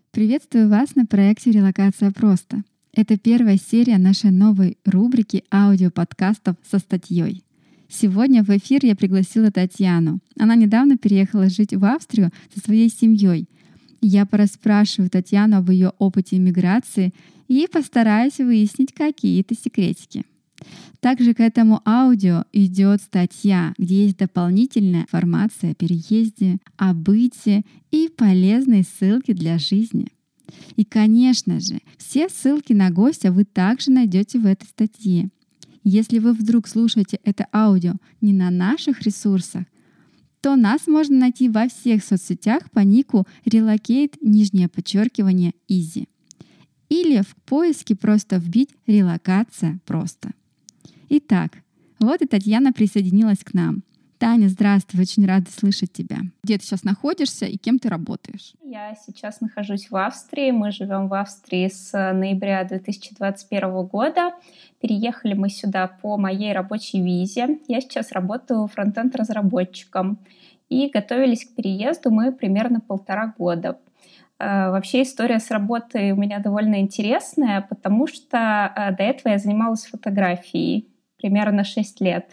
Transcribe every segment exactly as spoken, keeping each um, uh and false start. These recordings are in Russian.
Приветствую вас на проекте «Релокация просто». Это первая серия нашей новой рубрики аудиоподкастов со статьей. Сегодня в эфир я пригласила Татьяну. Она недавно переехала жить в Австрию со своей семьей. Я порасспрашиваю Татьяну об ее опыте иммиграции и постараюсь выяснить какие-то секретики. Также к этому аудио идет статья, где есть дополнительная информация о переезде, о быте и полезные ссылки для жизни. И, конечно же, все ссылки на гостя вы также найдете в этой статье. Если вы вдруг слушаете это аудио не на наших ресурсах, то нас можно найти во всех соцсетях по нику relocate, нижнее подчеркивание, easy. Или в поиске просто вбить «Релокация просто». Итак, вот и Татьяна присоединилась к нам. Таня, здравствуй, очень рада слышать тебя. Где ты сейчас находишься и кем ты работаешь? Я сейчас нахожусь в Австрии. Мы живем в Австрии с ноября две тысячи двадцать первого года. Переехали мы сюда по моей рабочей визе. Я сейчас работаю фронтенд-разработчиком. И готовились к переезду мы примерно полтора года. Вообще история с работой у меня довольно интересная, потому что до этого я занималась фотографией примерно шесть лет.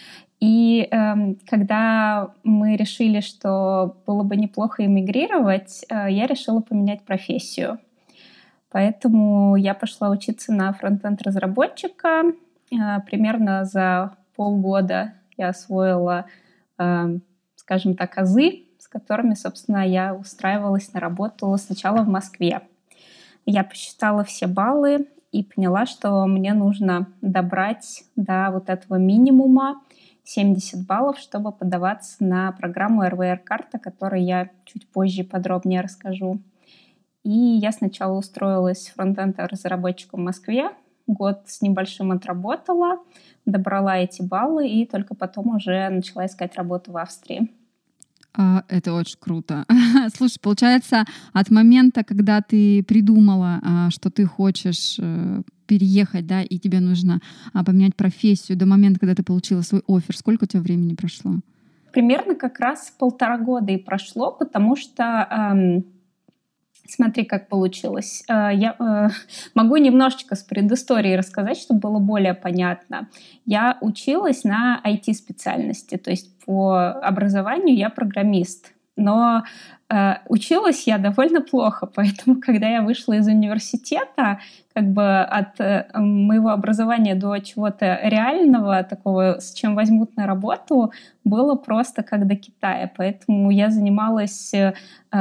И э, когда мы решили, что было бы неплохо эмигрировать, э, я решила поменять профессию. Поэтому я пошла учиться на фронтенд-разработчика. Э, примерно за полгода я освоила, э, скажем так, азы, с которыми, собственно, я устраивалась на работу сначала в Москве. Я посчитала все баллы и поняла, что мне нужно добрать до вот этого минимума семьдесят баллов, чтобы подаваться на программу эр вэ эр-карта, о которой я чуть позже подробнее расскажу. И я сначала устроилась фронтенд-разработчиком в Москве, год с небольшим отработала, добрала эти баллы и только потом уже начала искать работу в Австрии. Это очень круто. Слушай, получается, от момента, когда ты придумала, что ты хочешь переехать, да, и тебе нужно поменять профессию, до момента, когда ты получила свой оффер, сколько у тебя времени прошло? Примерно как раз полтора года и прошло, потому что эм, смотри, как получилось. Я э, могу немножечко с предысторией рассказать, чтобы было более понятно. Я училась на ай ти-специальности, то есть по образованию я программист. Но э, училась я довольно плохо, поэтому, когда я вышла из университета, как бы от э, моего образования до чего-то реального, такого, с чем возьмут на работу, было просто как до Китая. Поэтому я занималась э,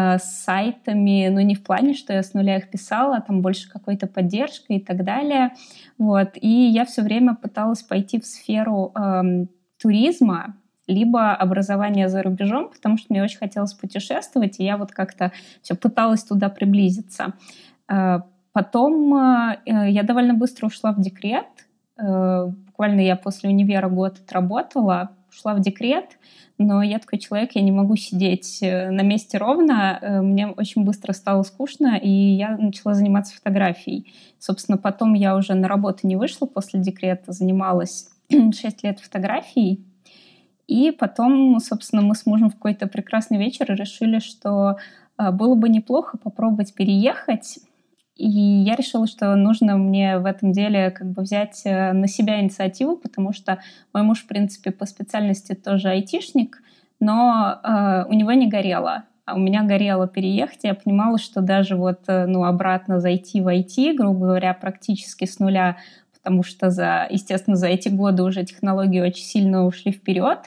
сайтами, ну не в плане, что я с нуля их писала, а там больше какой-то поддержкой и так далее. Вот. И я все время пыталась пойти в сферу э, туризма, либо образование за рубежом, потому что мне очень хотелось путешествовать, и я вот как-то все пыталась туда приблизиться. Потом я довольно быстро ушла в декрет. Буквально я после универа год отработала, ушла в декрет, но я такой человек, я не могу сидеть на месте ровно. Мне очень быстро стало скучно, и я начала заниматься фотографией. Собственно, потом я уже на работу не вышла после декрета, занималась шесть лет фотографией. И потом, собственно, мы с мужем в какой-то прекрасный вечер решили, что было бы неплохо попробовать переехать. И я решила, что нужно мне в этом деле как бы взять на себя инициативу, потому что мой муж, в принципе, по специальности тоже айтишник, но э, у него не горело. А у меня горело переехать. Я понимала, что даже вот, ну, обратно зайти в ай ти, грубо говоря, практически с нуля, потому что, за, естественно, за эти годы уже технологии очень сильно ушли вперед,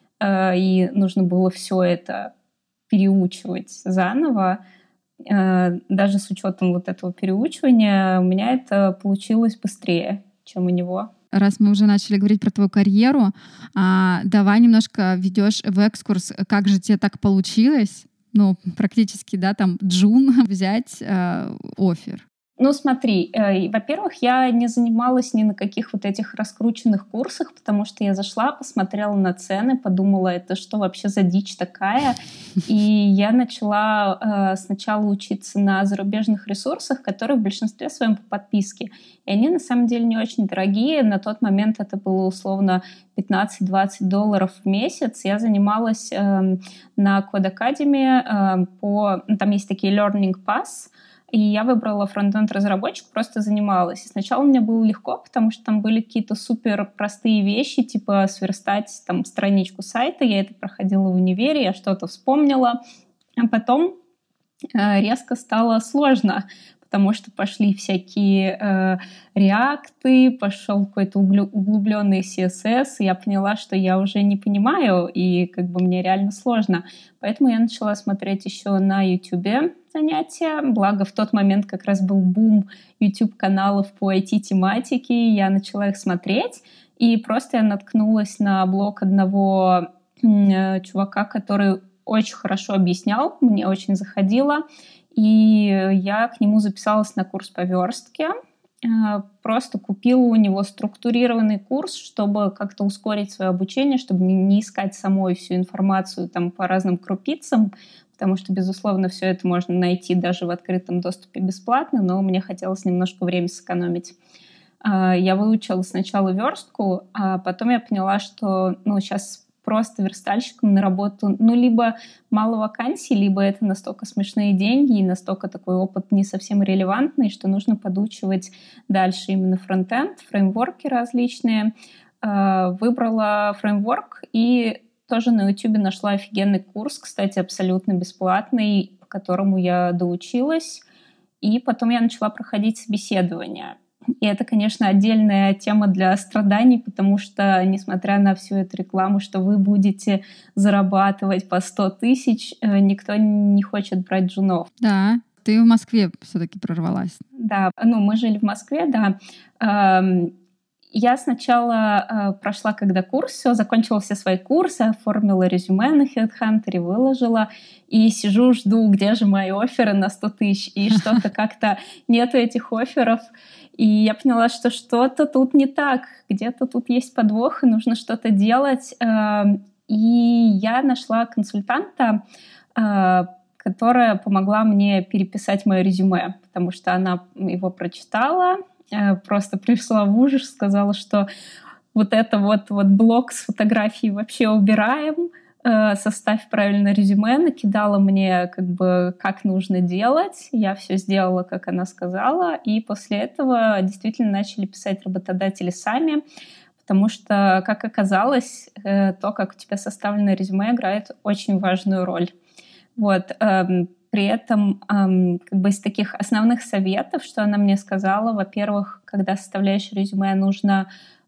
и нужно было все это переучивать заново. Даже с учетом вот этого переучивания у меня это получилось быстрее, чем у него. Раз мы уже начали говорить про твою карьеру, давай немножко введешь в экскурс, как же тебе так получилось, ну, практически, да, там, джун взять оффер. Ну, смотри, э, во-первых, я не занималась ни на каких вот этих раскрученных курсах, потому что я зашла, посмотрела на цены, подумала, это что вообще за дичь такая? И я начала э, сначала учиться на зарубежных ресурсах, которые в большинстве своем по подписке. И они на самом деле не очень дорогие. На тот момент это было условно пятнадцать-двадцать долларов в месяц. Я занималась э, на Code Academy э, по... Там есть такие Learning Pass, и я выбрала фронтенд-разработчик, просто занималась. И сначала мне было легко, потому что там были какие-то супер простые вещи, типа сверстать там страничку сайта. Я это проходила в универе, я что-то вспомнила. А потом э, резко стало сложно, потому что пошли всякие э, реакты, пошел какой-то углубленный си эс эс, и я поняла, что я уже не понимаю, и как бы мне реально сложно. Поэтому я начала смотреть еще на YouTube занятия. Благо, в тот момент как раз был бум YouTube-каналов по ай ти-тематике, я начала их смотреть, и просто я наткнулась на блог одного э, чувака, который очень хорошо объяснял, мне очень заходило, и я к нему записалась на курс по верстке. Просто купила у него структурированный курс, чтобы как-то ускорить свое обучение, чтобы не искать самой всю информацию там по разным крупицам, потому что, безусловно, все это можно найти даже в открытом доступе бесплатно, но мне хотелось немножко времени сэкономить. Я выучила сначала верстку, а потом я поняла, что ну, сейчас просто верстальщиком на работу, ну, либо мало вакансий, либо это настолько смешные деньги и настолько такой опыт не совсем релевантный, что нужно подучивать дальше именно фронтенд, фреймворки различные. Выбрала фреймворк и тоже на YouTube нашла офигенный курс, кстати, абсолютно бесплатный, по которому я доучилась. И потом я начала проходить собеседования. И это, конечно, отдельная тема для страданий, потому что, несмотря на всю эту рекламу, что вы будете зарабатывать по сто тысяч, никто не хочет брать джунов. Да, ты в Москве все-таки прорвалась. Да, ну мы жили в Москве, да. Я сначала прошла когда курс, все, закончила все свои курсы, оформила резюме на HeadHunter, выложила, и сижу, жду, где же мои офферы на сто тысяч, и что-то как-то нету этих офферов. И я поняла, что что-то тут не так, где-то тут есть подвох, и нужно что-то делать. И я нашла консультанта, которая помогла мне переписать мое резюме, потому что она его прочитала, просто пришла в ужас, сказала, что вот это вот, вот блок с фотографией вообще убираем, составь правильно резюме, накидала мне, как бы, как нужно делать. Я все сделала, как она сказала, и после этого действительно начали писать работодатели сами, потому что, как оказалось, то, как у тебя составлено резюме, играет очень важную роль. Вот. При этом как бы из таких основных советов, что она мне сказала, во-первых, когда составляешь резюме, нужно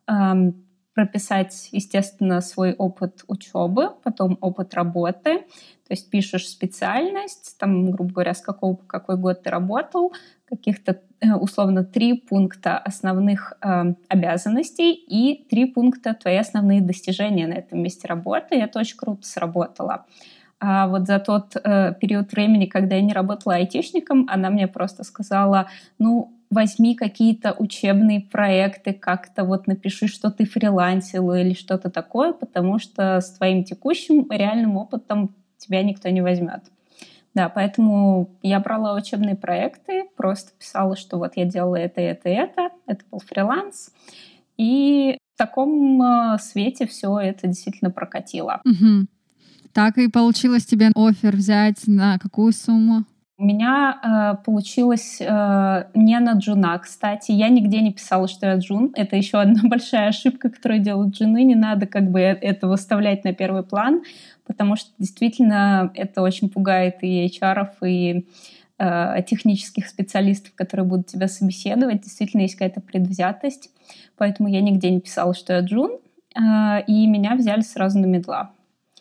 прописать, естественно, свой опыт учебы, потом опыт работы, то есть пишешь специальность, там, грубо говоря, с какого по какой год ты работал, каких-то условно три пункта основных э, обязанностей и три пункта твои основные достижения на этом месте работы, и это очень круто сработало. А вот за тот э, период времени, когда я не работала айтишником, она мне просто сказала, ну, возьми какие-то учебные проекты, как-то вот напиши, что ты фрилансила или что-то такое, потому что с твоим текущим реальным опытом тебя никто не возьмет. Да, поэтому я брала учебные проекты, просто писала, что вот я делала это, это, это. Это был фриланс. И в таком свете все это действительно прокатило. Угу. Так и получилось тебе оффер взять на какую сумму? У меня э, получилось э, не на джуна, кстати. Я нигде не писала, что я джун. Это еще одна большая ошибка, которую делают джуны. Не надо как бы это выставлять на первый план, потому что действительно это очень пугает и эйч ар-ов, и э, технических специалистов, которые будут тебя собеседовать. Действительно есть какая-то предвзятость. Поэтому я нигде не писала, что я джун. Э, и меня взяли сразу на медла.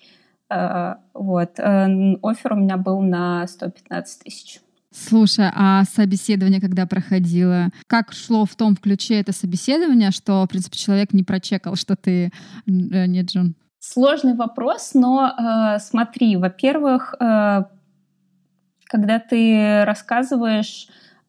Вот. Оффер у меня был на сто пятнадцать тысяч. Слушай, а собеседование когда проходило? Как шло в том ключе это собеседование, что, в принципе, человек не прочекал, что ты не джун? Сложный вопрос, но э, смотри, во-первых, э, когда ты рассказываешь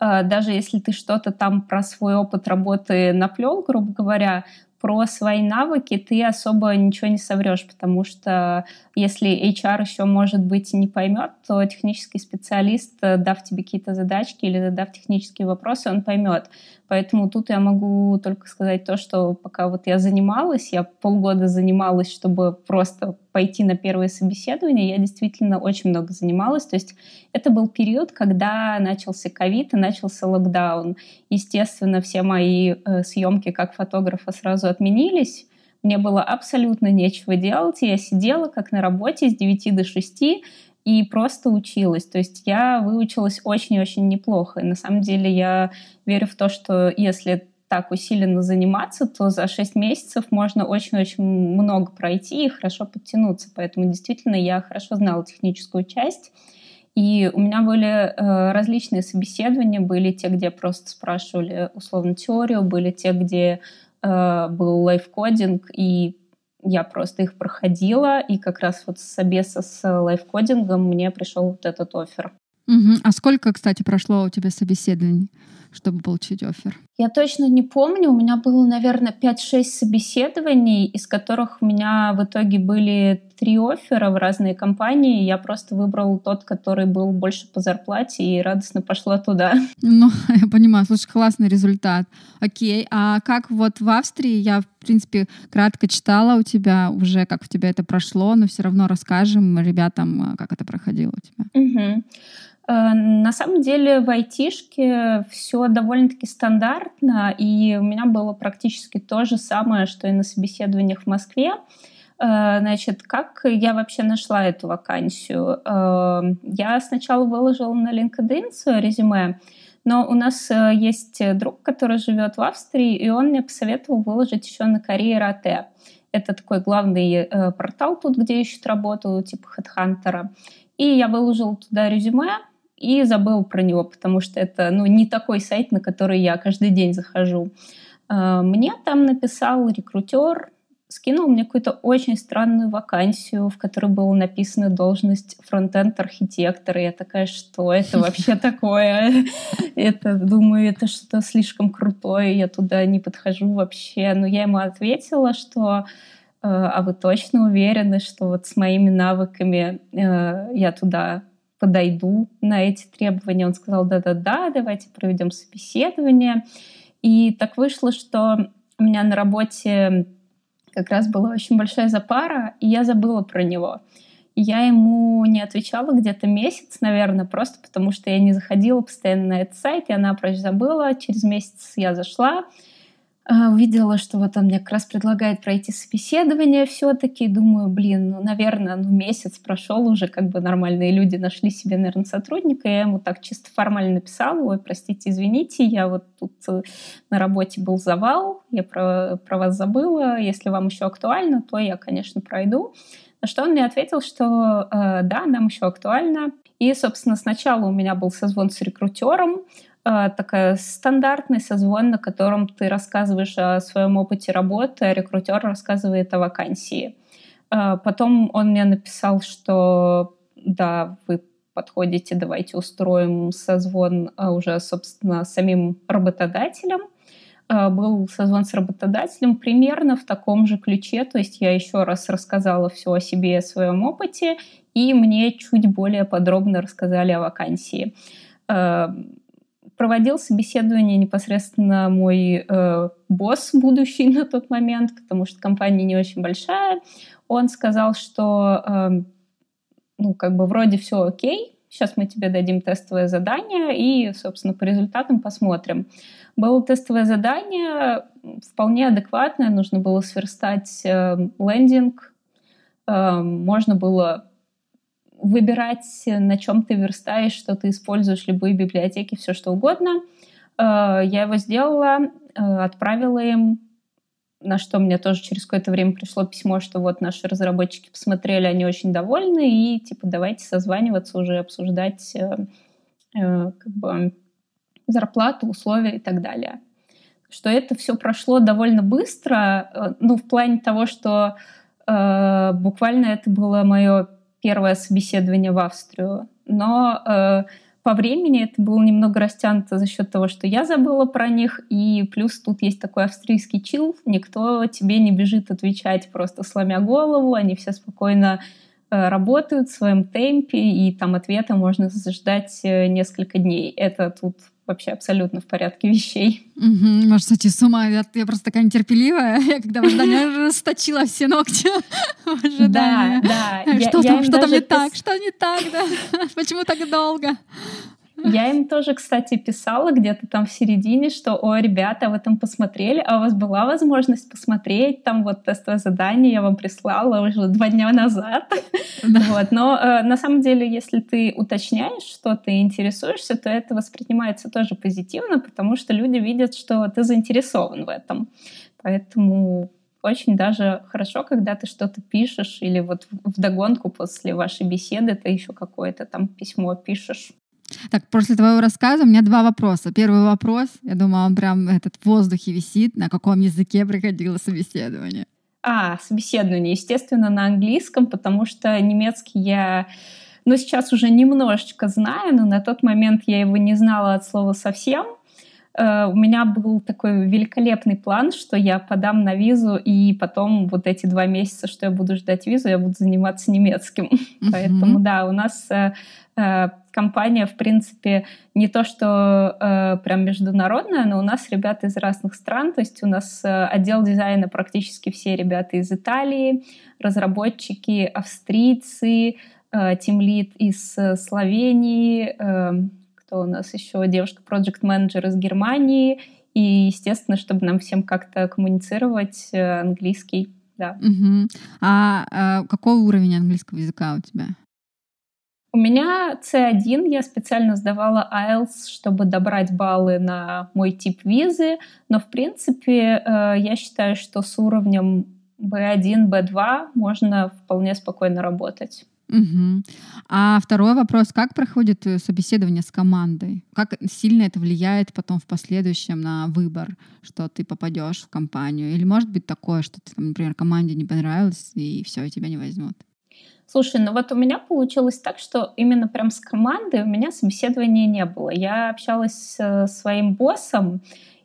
даже если ты что-то там про свой опыт работы наплел, грубо говоря, про свои навыки ты особо ничего не соврешь, потому что если эйч ар еще, может быть, не поймет, то технический специалист, дав тебе какие-то задачки или задав технические вопросы, он поймет. Поэтому тут я могу только сказать то, что пока вот я занималась, я полгода занималась, чтобы просто пойти на первое собеседование, я действительно очень много занималась. То есть это был период, когда начался ковид и начался локдаун. Естественно, все мои э, съемки как фотографа сразу отменились. Мне было абсолютно нечего делать. Я сидела как на работе с девяти до шести и просто училась. То есть я выучилась очень-очень неплохо. И на самом деле я верю в то, что если так усиленно заниматься, то за шесть месяцев можно очень-очень много пройти и хорошо подтянуться. Поэтому действительно я хорошо знала техническую часть. И у меня были э, различные собеседования. Были те, где просто спрашивали условно теорию, были те, где э, был лайфкодинг, и я просто их проходила, и как раз вот с собеса с лайфкодингом мне пришел вот этот оффер. Угу. А сколько, кстати, прошло у тебя собеседований, чтобы получить оффер? Я точно не помню. У меня было, наверное, пять-шесть собеседований, из которых у меня в итоге были три оффера в разные компании. Я просто выбрала тот, который был больше по зарплате, и радостно пошла туда. Ну, я понимаю. Слушай, классный результат. Окей. А как вот в Австрии, я, в принципе, кратко читала у тебя уже, как у тебя это прошло, но все равно расскажем ребятам, как это проходило у тебя. Угу. На самом деле в айтишке все довольно-таки стандартно, и у меня было практически то же самое, что и на собеседованиях в Москве. Значит, как я вообще нашла эту вакансию? Я сначала выложила на LinkedIn свое резюме, но у нас есть друг, который живет в Австрии, и он мне посоветовал выложить еще на Career.at. Это такой главный портал тут, где ищут работу, типа HeadHunter. И я выложила туда резюме и забыла про него, потому что это ну, не такой сайт, на который я каждый день захожу. Мне там написал рекрутер, скинул мне какую-то очень странную вакансию, в которой была написана должность фронтенд-архитектора. Я такая, что это вообще такое? Это, думаю, это что-то слишком крутое, я туда не подхожу вообще. Но я ему ответила, что а вы точно уверены, что вот с моими навыками я туда подойду на эти требования? Он сказал, да-да-да, давайте проведем собеседование. И так вышло, что у меня на работе как раз была очень большая запара, и я забыла про него. И я ему не отвечала где-то месяц, наверное, просто потому что я не заходила постоянно на этот сайт, я напрочь забыла. Через месяц я зашла, увидела, что вот он мне как раз предлагает пройти собеседование все-таки. Думаю, блин, ну, наверное, ну, месяц прошел уже, как бы нормальные люди нашли себе, наверное, сотрудника. Я ему так чисто формально написала, ой, простите, извините, я вот тут на работе был завал, я про, про вас забыла, если вам еще актуально, то я, конечно, пройду. На что он мне ответил, что э, да, нам еще актуально. И, собственно, сначала у меня был созвон с рекрутером, такая стандартный созвон, на котором ты рассказываешь о своем опыте работы, а рекрутер рассказывает о вакансии. Потом он мне написал, что да, вы подходите, давайте устроим созвон уже, собственно, с самим работодателем. Был созвон с работодателем примерно в таком же ключе, то есть я еще раз рассказала все о себе, о своем опыте, и мне чуть более подробно рассказали о вакансии. Проводил собеседование непосредственно мой э, босс будущий на тот момент, потому что компания не очень большая. Он сказал, что э, ну, как бы вроде все окей, сейчас мы тебе дадим тестовое задание и, собственно, по результатам посмотрим. Было тестовое задание, вполне адекватное, нужно было сверстать э, лендинг, э, можно было выбирать, на чем ты верстаешь, что ты используешь, любые библиотеки, все что угодно. Я его сделала, отправила им, на что мне тоже через какое-то время пришло письмо, что вот наши разработчики посмотрели, они очень довольны, и типа давайте созваниваться уже, обсуждать как бы зарплату, условия и так далее. Что это все прошло довольно быстро, ну, в плане того, что буквально это было мое первое собеседование в Австрию, но э, по времени это было немного растянуто за счет того, что я забыла про них, и плюс тут есть такой австрийский чил, никто тебе не бежит отвечать просто сломя голову, они все спокойно э, работают в своем темпе, и там ответа можно ждать э, несколько дней. Это тут вообще абсолютно в порядке вещей. Угу, может, сойти с ума. Я, я просто такая нетерпеливая. Я когда в ожидании расточила все ногти в ожидании. Да, да. Что Я, там, я что там не пис... так? Что не так, да? Почему так долго? Я им тоже, кстати, писала где-то там в середине, что, о, ребята, вы там посмотрели, а у вас была возможность посмотреть, там вот тестовое задание я вам прислала уже два дня назад. Да. Вот. Но э, на самом деле, если ты уточняешь, что ты интересуешься, то это воспринимается тоже позитивно, потому что люди видят, что ты заинтересован в этом. Поэтому очень даже хорошо, когда ты что-то пишешь или вот вдогонку после вашей беседы ты еще какое-то там письмо пишешь. Так, после твоего рассказа у меня два вопроса. Первый вопрос, я думаю, он прям этот в воздухе висит. На каком языке проходило собеседование? А, собеседование, естественно, на английском, потому что немецкий я, ну, сейчас уже немножечко знаю, но на тот момент я его не знала от слова совсем. Uh, у меня был такой великолепный план, что я подам на визу, и потом вот эти два месяца, что я буду ждать визу, я буду заниматься немецким. Mm-hmm. Поэтому, да, у нас uh, uh, компания, в принципе, не то что uh, прям международная, но у нас ребята из разных стран, то есть у нас uh, отдел дизайна практически все ребята из Италии, разработчики австрийцы, uh, тимлид из uh, Словении, uh, у нас еще девушка проект-менеджер из Германии, и, естественно, чтобы нам всем как-то коммуницировать, английский, да. Uh-huh. А, а какой уровень английского языка у тебя? У меня си один, я специально сдавала айлтс, чтобы добрать баллы на мой тип визы, но, в принципе, я считаю, что с уровнем би один, би два можно вполне спокойно работать. Угу. А второй вопрос, как проходит собеседование с командой? Как сильно это влияет потом в последующем на выбор, что ты попадешь в компанию? Или может быть такое, что ты, например, команде не понравилось, и все, и тебя не возьмут? Слушай, ну вот у меня получилось так, что именно прям с командой у меня собеседования не было. Я общалась с своим боссом,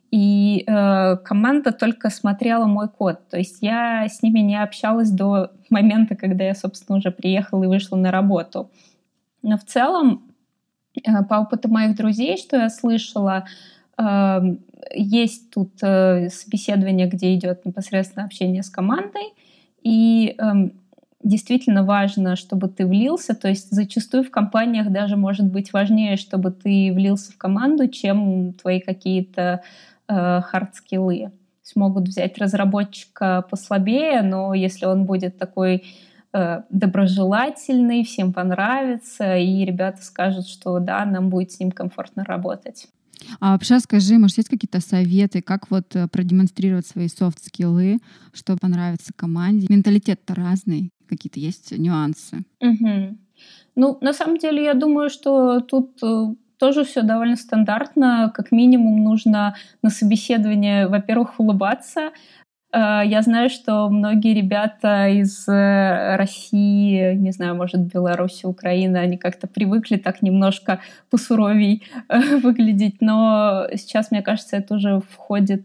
и э, команда только смотрела мой код. То есть я с ними не общалась до момента, когда я, собственно, уже приехала и вышла на работу. Но в целом, э, по опыту моих друзей, что я слышала, э, есть тут э, собеседование, где идет непосредственно общение с командой, и э, действительно важно, чтобы ты влился. То есть зачастую в компаниях даже может быть важнее, чтобы ты влился в команду, чем твои какие-то хард-скиллы. Смогут взять разработчика послабее, но если он будет такой э, доброжелательный, всем понравится, и ребята скажут, что да, нам будет с ним комфортно работать. А вообще скажи, может, есть какие-то советы, как вот продемонстрировать свои софт-скиллы, чтобы понравиться команде? Менталитет-то разный, какие-то есть нюансы. Угу. Ну, на самом деле, я думаю, что тут тоже все довольно стандартно. Как минимум нужно на собеседование, во-первых, улыбаться. Я знаю, что многие ребята из России, не знаю, может, Беларуси, Украины, они как-то привыкли так немножко посуровей выглядеть, но сейчас, мне кажется, это уже входит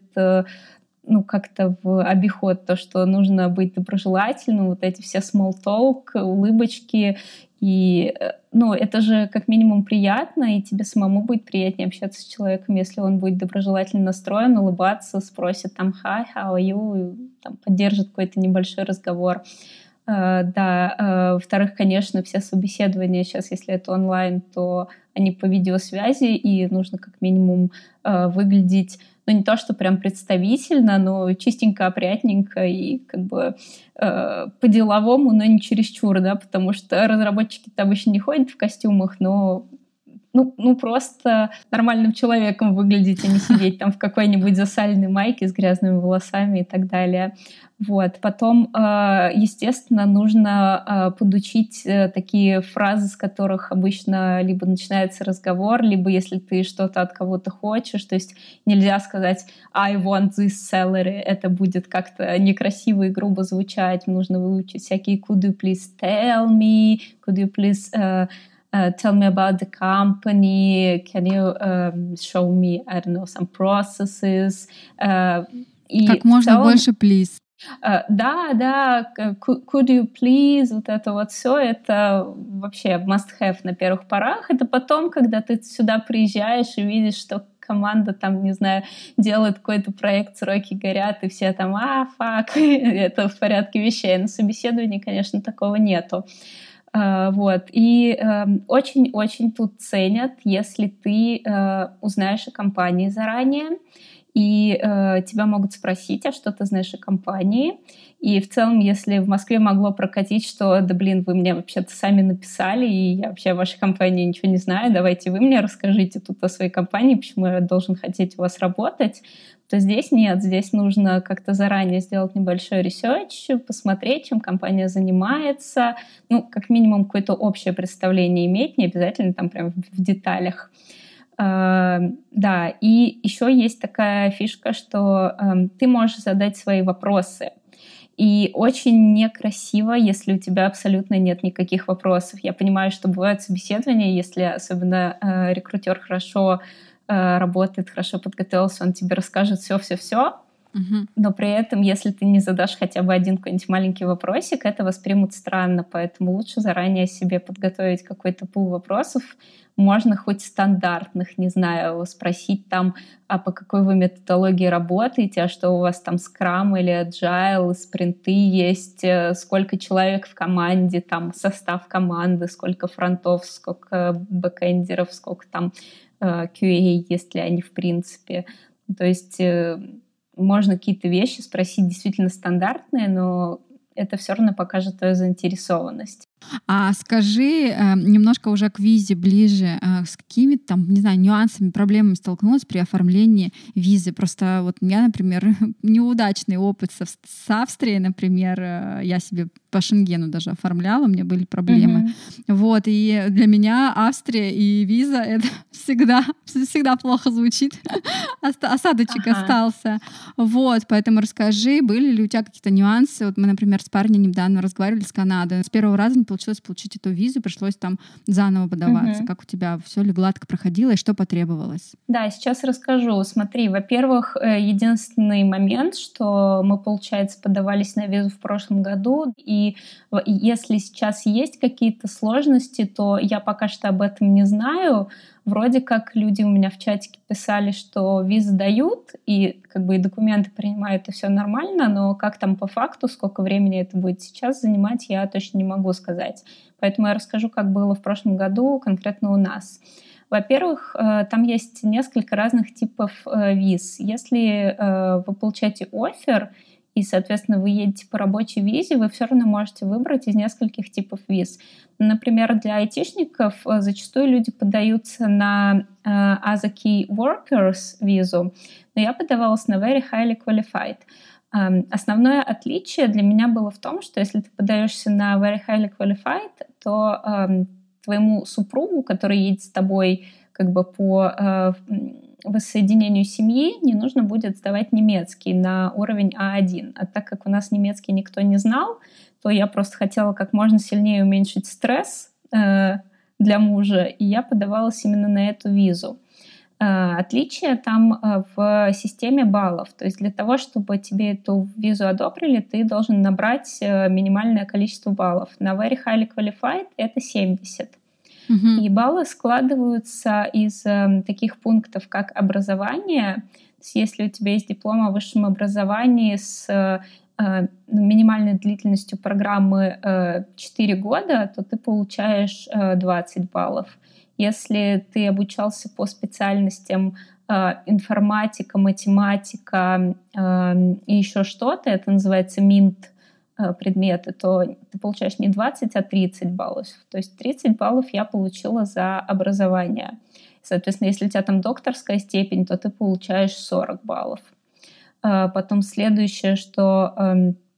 ну, как-то в обиход, то, что нужно быть доброжелательным, вот эти все small talk, улыбочки, и, ну, это же как минимум приятно, и тебе самому будет приятнее общаться с человеком, если он будет доброжелательно настроен, улыбаться, спросит там «Hi, how are you?» и, там, поддержит какой-то небольшой разговор. Uh, да, uh, во-вторых, конечно, все собеседования сейчас, если это онлайн, то они по видеосвязи, и нужно как минимум uh, выглядеть, ну, не то, что прям представительно, но чистенько, опрятненько и как бы uh, по-деловому, но не чересчур, да, потому что разработчики-то обычно не ходят в костюмах, но ну, ну, просто нормальным человеком выглядеть, а не сидеть там в какой-нибудь засаленной майке с грязными волосами и так далее. Вот. Потом, естественно, нужно подучить такие фразы, с которых обычно либо начинается разговор, либо если ты что-то от кого-то хочешь, то есть нельзя сказать «I want this salary», это будет как-то некрасиво и грубо звучать, нужно выучить всякие «could you please tell me», «could you please...» uh, tell me about the company, can you um, show me, I don't know, some processes. Uh, и как можно целом, больше please. Uh, да, да, could you please, вот это вот все, это вообще must-have на первых порах. Это потом, когда ты сюда приезжаешь и видишь, что команда там, не знаю, делает какой-то проект, сроки горят, и все там, а, фак, это в порядке вещей. На собеседовании, конечно, такого нету. Uh, вот. И uh, очень-очень тут ценят, если ты uh, узнаешь о компании заранее, и э, тебя могут спросить, а что ты знаешь о компании. И в целом, если в Москве могло прокатить, что, да блин, вы мне вообще-то сами написали, и я вообще о вашей компании ничего не знаю, давайте вы мне расскажите тут о своей компании, почему я должен хотеть у вас работать, то здесь нет, здесь нужно как-то заранее сделать небольшой ресерч, посмотреть, чем компания занимается, ну, как минимум какое-то общее представление иметь, не обязательно там прям в деталях. Uh, да, и еще есть такая фишка, что uh, ты можешь задать свои вопросы. И очень некрасиво, если у тебя абсолютно нет никаких вопросов. Я понимаю, что бывают собеседования, если особенно uh, рекрутер хорошо uh, работает, хорошо подготовился, он тебе расскажет все-все-все. Uh-huh. Но при этом, если ты не задашь хотя бы один какой-нибудь маленький вопросик, это воспримут странно. Поэтому лучше заранее себе подготовить какой-то пул вопросов. Можно хоть стандартных, не знаю, спросить там, а по какой вы методологии работаете, а что у вас там скрам или agile, спринты есть, сколько человек в команде, там состав команды, сколько фронтов, сколько бэкэндеров, сколько там э, кью эй, есть ли они в принципе. То есть э, можно какие-то вещи спросить действительно стандартные, но это все равно покажет твою заинтересованность. А скажи, э, немножко уже к визе ближе, э, с какими там, не знаю, нюансами, проблемами столкнулась при оформлении визы? Просто вот у меня, например, неудачный опыт с, с Австрией, например, э, я себе по Шенгену даже оформляла, у меня были проблемы. Mm-hmm. Вот, и для меня Австрия и виза — это всегда, всегда плохо звучит. Осадочек ага. остался. Вот, поэтому расскажи, были ли у тебя какие-то нюансы? Вот мы, например, с парнем недавно разговаривали с Канадой. С первого раза не получилось получить эту визу, пришлось там заново подаваться. Угу. Как у тебя все ли гладко проходило и что потребовалось? Да, сейчас расскажу. Смотри, во-первых, единственный момент, что мы, получается, подавались на визу в прошлом году, и если сейчас есть какие-то сложности, то я пока что об этом не знаю. Вроде как люди у меня в чатике писали, что визы дают, и как бы и документы принимают, и все нормально, но как там по факту, сколько времени это будет сейчас занимать, я точно не могу сказать. Поэтому я расскажу, как было в прошлом году конкретно у нас. Во-первых, там есть несколько разных типов виз. Если вы получаете оффер, и, соответственно, вы едете по рабочей визе, вы все равно можете выбрать из нескольких типов виз. Например, для айтишников зачастую люди подаются на uh, as a key workers визу, но я подавалась на very highly qualified. Um, основное отличие для меня было в том, что если ты подаешься на very highly qualified, то um, твоему супругу, который едет с тобой как бы по uh, воссоединению семьи, не нужно будет сдавать немецкий на уровень а один. А так как у нас немецкий никто не знал, то я просто хотела как можно сильнее уменьшить стресс э, для мужа, и я подавалась именно на эту визу. Э, отличие там э, в системе баллов. То есть для того, чтобы тебе эту визу одобрили, ты должен набрать э, минимальное количество баллов. На Very Highly Qualified это семьдесят. Uh-huh. И баллы складываются из э, таких пунктов, как образование. То есть если у тебя есть диплом о высшем образовании с э, минимальной длительностью программы э, четыре года, то ты получаешь э, двадцать баллов. Если ты обучался по специальностям э, информатика, математика э, и еще что-то, это называется минт, предметы, то ты получаешь не двадцать, а тридцать баллов. То есть тридцать баллов я получила за образование. Соответственно, если у тебя там докторская степень, то ты получаешь сорок баллов. Потом следующее, что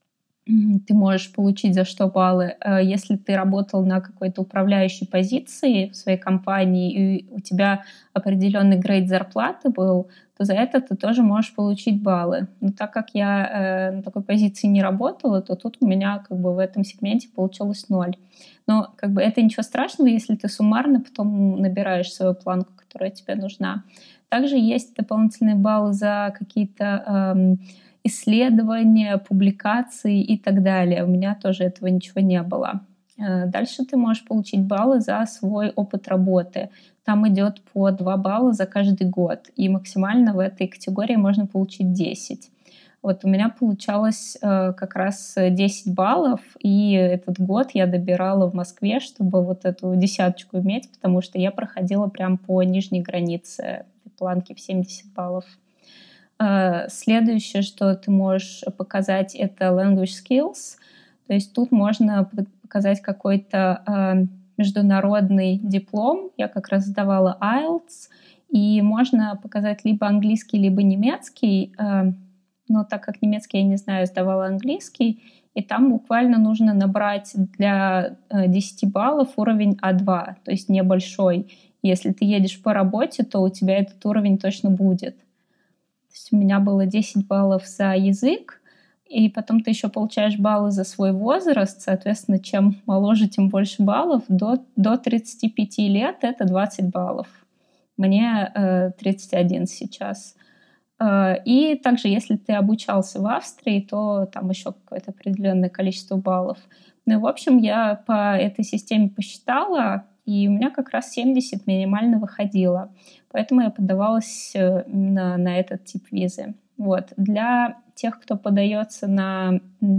ты можешь получить за что баллы. Если ты работал на какой-то управляющей позиции в своей компании, и у тебя определенный грейд зарплаты был, то за это ты тоже можешь получить баллы. Но так как я на такой позиции не работала, то тут у меня как бы в этом сегменте получилось ноль. Но как бы это ничего страшного, если ты суммарно потом набираешь свою планку, которая тебе нужна. Также есть дополнительные баллы за какие-то эм, исследования, публикации и так далее. У меня тоже этого ничего не было. Дальше ты можешь получить баллы за свой опыт работы. Там идет по два балла за каждый год. И максимально в этой категории можно получить десять. Вот у меня получалось э, как раз десять баллов, и этот год я добирала в Москве, чтобы вот эту десяточку иметь, потому что я проходила прям по нижней границе планки в семьдесят баллов. Следующее, что ты можешь показать, это language skills. То есть тут можно показать какой-то международный диплом. Я как раз сдавала айлтс. И можно показать либо английский, либо немецкий. Но так как немецкий я не знаю, сдавала английский. И там буквально нужно набрать для десять баллов уровень а два, то есть небольшой. Если ты едешь по работе, то у тебя этот уровень точно будет. То есть у меня было десять баллов за язык, и потом ты еще получаешь баллы за свой возраст. Соответственно, чем моложе, тем больше баллов. До, до тридцати пяти лет это двадцать баллов. Мне э, тридцать один сейчас. Э, и также, если ты обучался в Австрии, то там еще какое-то определенное количество баллов. Ну и, в общем, я по этой системе посчитала, и у меня как раз семьдесят минимально выходило. Поэтому я подавалась именно на этот тип визы. Вот. Для тех, кто подается на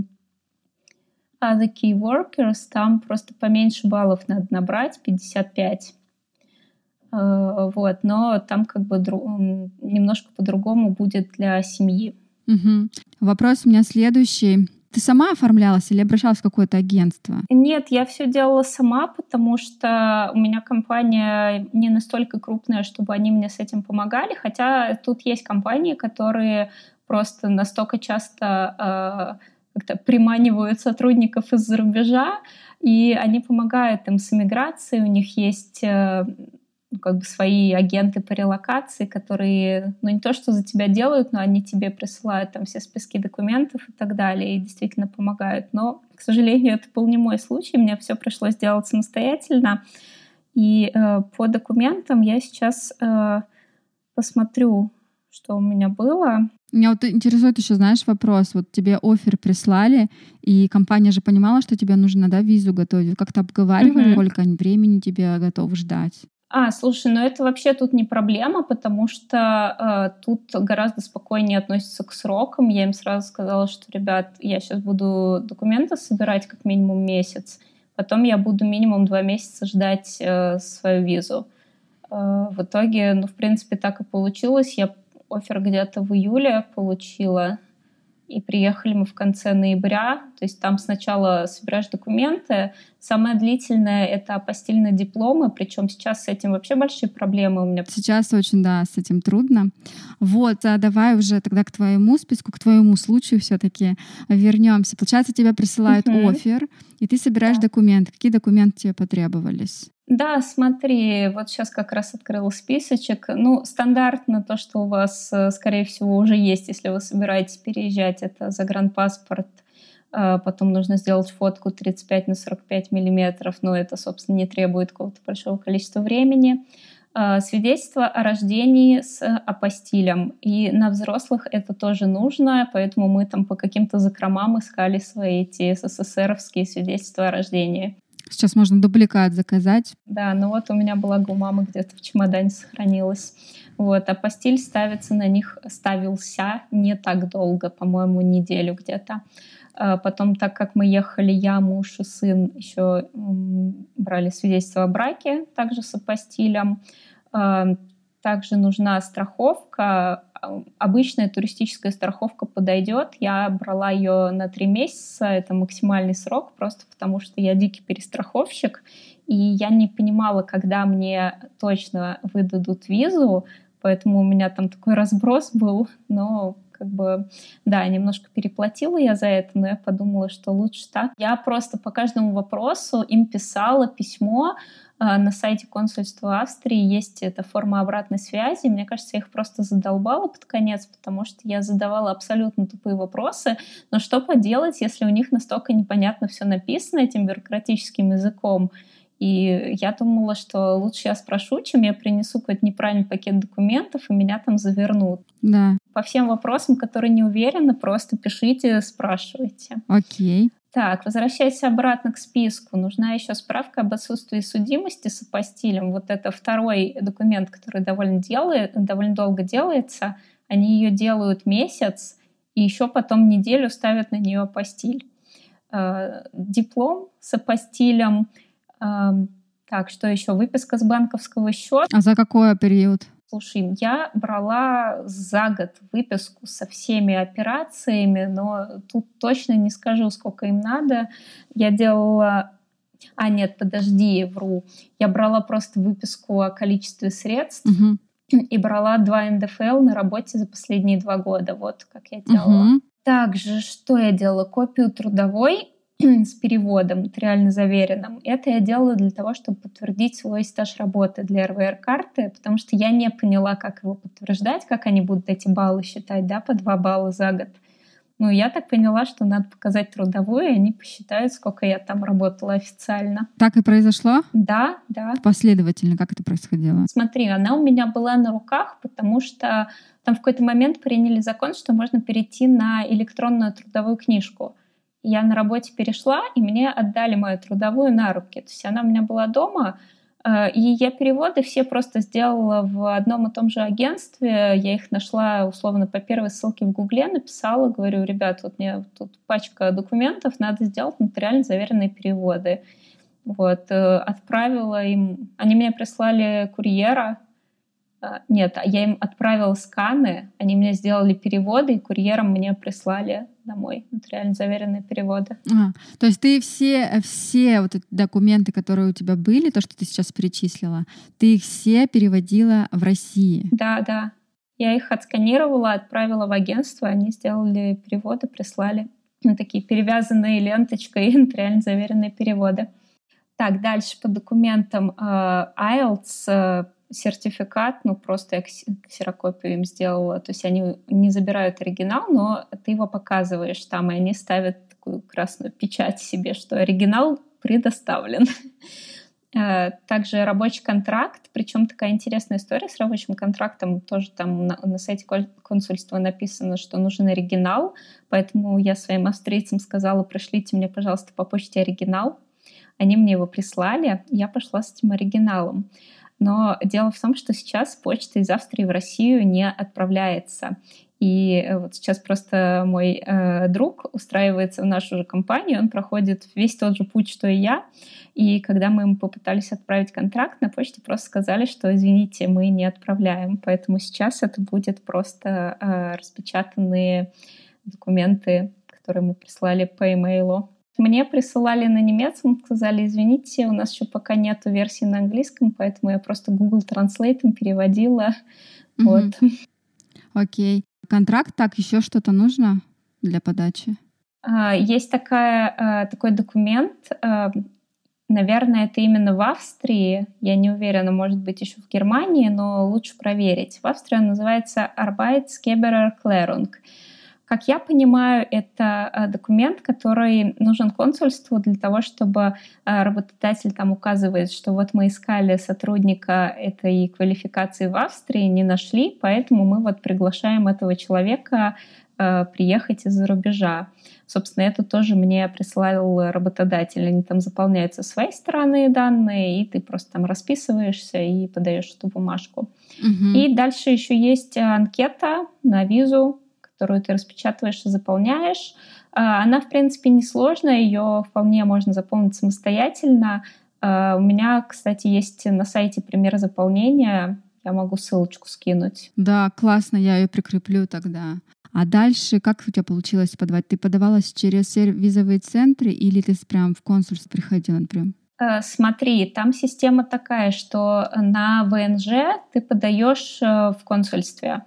Other Key Workers, там просто поменьше баллов надо набрать, пятьдесят пять. Вот. Но там как бы дру... немножко по-другому будет для семьи. Угу. Вопрос у меня следующий. Ты сама оформлялась или обращалась в какое-то агентство? Нет, я все делала сама, потому что у меня компания не настолько крупная, чтобы они мне с этим помогали. Хотя тут есть компании, которые просто настолько часто э, как-то приманивают сотрудников из-за рубежа, и они помогают им с эмиграцией. У них есть э, как бы свои агенты по релокации, которые, ну, не то что за тебя делают, но они тебе присылают там все списки документов и так далее, и действительно помогают. Но, к сожалению, это был не мой случай, мне все пришлось делать самостоятельно. И э, по документам я сейчас э, посмотрю, что у меня было. Меня вот интересует еще, знаешь, вопрос. Вот тебе оффер прислали, и компания же понимала, что тебе нужно, да, визу готовить. Как-то обговаривали, uh-huh. сколько времени тебе готовы ждать? А, слушай, ну это вообще тут не проблема, потому что э, тут гораздо спокойнее относятся к срокам. Я им сразу сказала, что, ребят, я сейчас буду документы собирать как минимум месяц, потом я буду минимум два месяца ждать э, свою визу. Э, в итоге, ну, в принципе, так и получилось. Я оффер где-то в июле получила, и приехали мы в конце ноября. То есть там сначала собираешь документы. Самое длительное — это апостильные дипломы, причем сейчас с этим вообще большие проблемы у меня. Сейчас очень, да, с этим трудно. Вот, а давай уже тогда к твоему списку, к твоему случаю все-таки вернемся. Получается, тебе присылают uh-huh. оффер, и ты собираешь да. документы. Какие документы тебе потребовались? Да, смотри, вот сейчас как раз открыла списочек. Ну, стандартно то, что у вас, скорее всего, уже есть, если вы собираетесь переезжать, это загранпаспорт. Потом нужно сделать фотку тридцать пять на сорок пять миллиметров, но это, собственно, не требует какого-то большого количества времени. Свидетельство о рождении с апостилем. И на взрослых это тоже нужно, поэтому мы там по каким-то закромам искали свои эти СССРовские свидетельства о рождении. Сейчас можно дубликат заказать. Да, ну вот у меня благо у мамы где-то в чемодане сохранилось. Вот, апостиль ставится на них, ставился не так долго, по-моему, неделю где-то. Потом, так как мы ехали, я, муж и сын, еще брали свидетельство о браке, также с апостилем. Также нужна страховка. Обычная туристическая страховка подойдет. Я брала ее на три месяца. Это максимальный срок, просто потому что я дикий перестраховщик. И я не понимала, когда мне точно выдадут визу. Поэтому у меня там такой разброс был. Но как бы, да, немножко переплатила я за это, но я подумала, что лучше так. Я просто по каждому вопросу им писала письмо. На сайте консульства Австрии есть эта форма обратной связи. Мне кажется, я их просто задолбала под конец, потому что я задавала абсолютно тупые вопросы. Но что поделать, если у них настолько непонятно все написано этим бюрократическим языком? И я думала, что лучше я спрошу, чем я принесу какой-то неправильный пакет документов, и меня там завернут. Да. По всем вопросам, которые не уверены, просто пишите, спрашивайте. Окей. Так, возвращаясь обратно к списку, нужна еще справка об отсутствии судимости с апостилем. Вот это второй документ, который довольно, делает, довольно долго делается. Они ее делают месяц, и еще потом неделю ставят на нее апостиль. Диплом с апостилем. Так, что еще? Выписка с банковского счета. А за какой период? Слушай, я брала за год выписку со всеми операциями, но тут точно не скажу, сколько им надо. Я делала... А, нет, подожди, вру. Я брала просто выписку о количестве средств угу. и брала два эн дэ эф эл на работе за последние два года. Вот как я делала. Угу. Также, что я делала? Копию трудовой с переводом, нотариально заверенным. Это я делала для того, чтобы подтвердить свой стаж работы для эр вэ эр-карты, потому что я не поняла, как его подтверждать, как они будут эти баллы считать, да, по два балла за год. Ну, я так поняла, что надо показать трудовую, и они посчитают, сколько я там работала официально. Так и произошло? Да, да. Последовательно, как это происходило? Смотри, она у меня была на руках, потому что там в какой-то момент приняли закон, что можно перейти на электронную трудовую книжку. Я на работе перешла, и мне отдали мою трудовую на руки. То есть она у меня была дома, и я переводы все просто сделала в одном и том же агентстве. Я их нашла условно по первой ссылке в Гугле, написала, говорю, ребят, вот мне тут пачка документов, надо сделать нотариально заверенные переводы. Вот, отправила им, они мне прислали курьера. Нет, я им отправила сканы, они мне сделали переводы, и курьером мне прислали домой нотариально заверенные переводы. А, то есть ты все, все вот эти документы, которые у тебя были, то, что ты сейчас перечислила, ты их все переводила в России? Да, да. Я их отсканировала, отправила в агентство, они сделали переводы, прислали. Ну, такие перевязанные ленточкой нотариально заверенные переводы. Так, дальше по документам ай эл ти эс сертификат, ну просто я ксерокопию им сделала, то есть они не забирают оригинал, но ты его показываешь там, и они ставят такую красную печать себе, что оригинал предоставлен. Также рабочий контракт, причем такая интересная история с рабочим контрактом, тоже там на, на сайте консульства написано, что нужен оригинал, поэтому я своим австрийцам сказала, пришлите мне, пожалуйста, по почте оригинал. Они мне его прислали, я пошла с этим оригиналом. Но дело в том, что сейчас почта из Австрии в Россию не отправляется. И вот сейчас просто мой э, друг устраивается в нашу же компанию, он проходит весь тот же путь, что и я. И когда мы ему попытались отправить контракт, на почте просто сказали, что, извините, мы не отправляем. Поэтому сейчас это будет просто э, распечатанные документы, которые мы прислали по имейлу. Мне присылали на немецком, сказали, извините, у нас еще пока нету версии на английском, поэтому я просто Google Translate переводила. Mm-hmm. Вот. Окей. Okay. Контракт, так, еще что-то нужно для подачи? Есть такая, такой документ, наверное, это именно в Австрии, я не уверена, может быть, еще в Германии, но лучше проверить. В Австрии он называется Arbeitsgebererklärung. Как я понимаю, это документ, который нужен консульству для того, чтобы работодатель там указывает, что вот мы искали сотрудника этой квалификации в Австрии, не нашли, поэтому мы вот приглашаем этого человека приехать из-за рубежа. Собственно, это тоже мне присылал работодатель. Они там заполняют со своей стороны данные, и ты просто там расписываешься и подаешь эту бумажку. Угу. И дальше еще есть анкета на визу, которую ты распечатываешь и заполняешь. Она, в принципе, несложная, ее вполне можно заполнить самостоятельно. У меня, кстати, есть на сайте пример заполнения. Я могу ссылочку скинуть. Да, классно, я ее прикреплю тогда. А дальше как у тебя получилось подавать? Ты подавалась через визовые центры или ты прям в консульство приходила, например? Смотри, там система такая, что на вэ эн жэ ты подаешь в консульстве.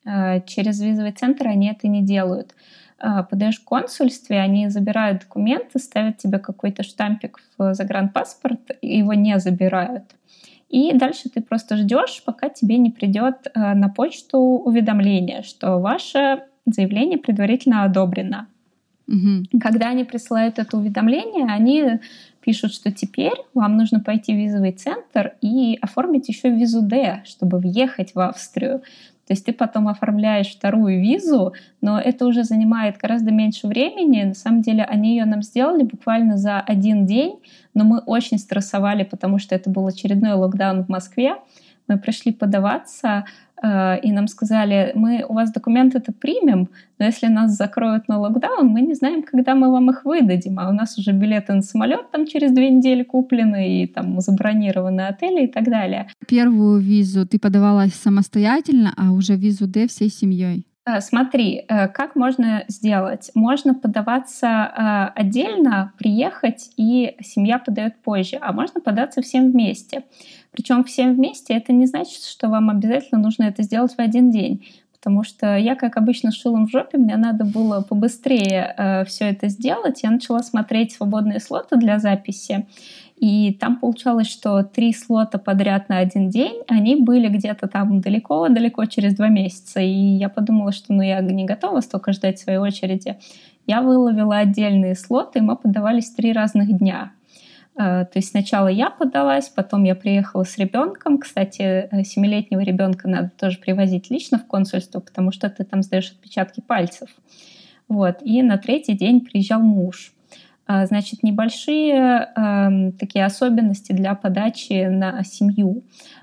Через визовый центр они это не делают. Подаешь в консульстве, они забирают документы, ставят тебе какой-то штампик в загранпаспорт, и его не забирают. И дальше ты просто ждешь, пока тебе не придет на почту уведомление, что ваше заявление предварительно одобрено. Угу. Когда они присылают это уведомление, они пишут, что теперь вам нужно пойти в визовый центр и оформить еще визу Д, чтобы въехать в Австрию. То есть ты потом оформляешь вторую визу, но это уже занимает гораздо меньше времени. На самом деле они ее нам сделали буквально за один день, но мы очень стрессовали, потому что это был очередной локдаун в Москве. Мы пришли подаваться, и нам сказали: мы у вас документы-то примем, но если нас закроют на локдаун, мы не знаем, когда мы вам их выдадим. А у нас уже билеты на самолет там через две недели куплены, и там забронированы отели и так далее. Первую визу ты подавалась самостоятельно, а уже визу Д всей семьей. Смотри, как можно сделать? Можно подаваться отдельно, приехать, и семья подает позже, а можно податься всем вместе. Причем всем вместе это не значит, что вам обязательно нужно это сделать в один день. Потому что я, как обычно, шилом в жопе, мне надо было побыстрее э, все это сделать. Я начала смотреть свободные слоты для записи. И там получалось, что три слота подряд на один день, они были где-то там далеко-далеко через два месяца. И я подумала, что ну, я не готова столько ждать своей очереди. Я выловила отдельные слоты, и мы подавались три разных дня. То есть сначала я подалась, потом я приехала с ребенком. Кстати, семилетнего ребенка надо тоже привозить лично в консульство, потому что ты там сдаешь отпечатки пальцев. Вот. И на третий день приезжал муж. Значит, небольшие э, такие особенности для подачи на семью.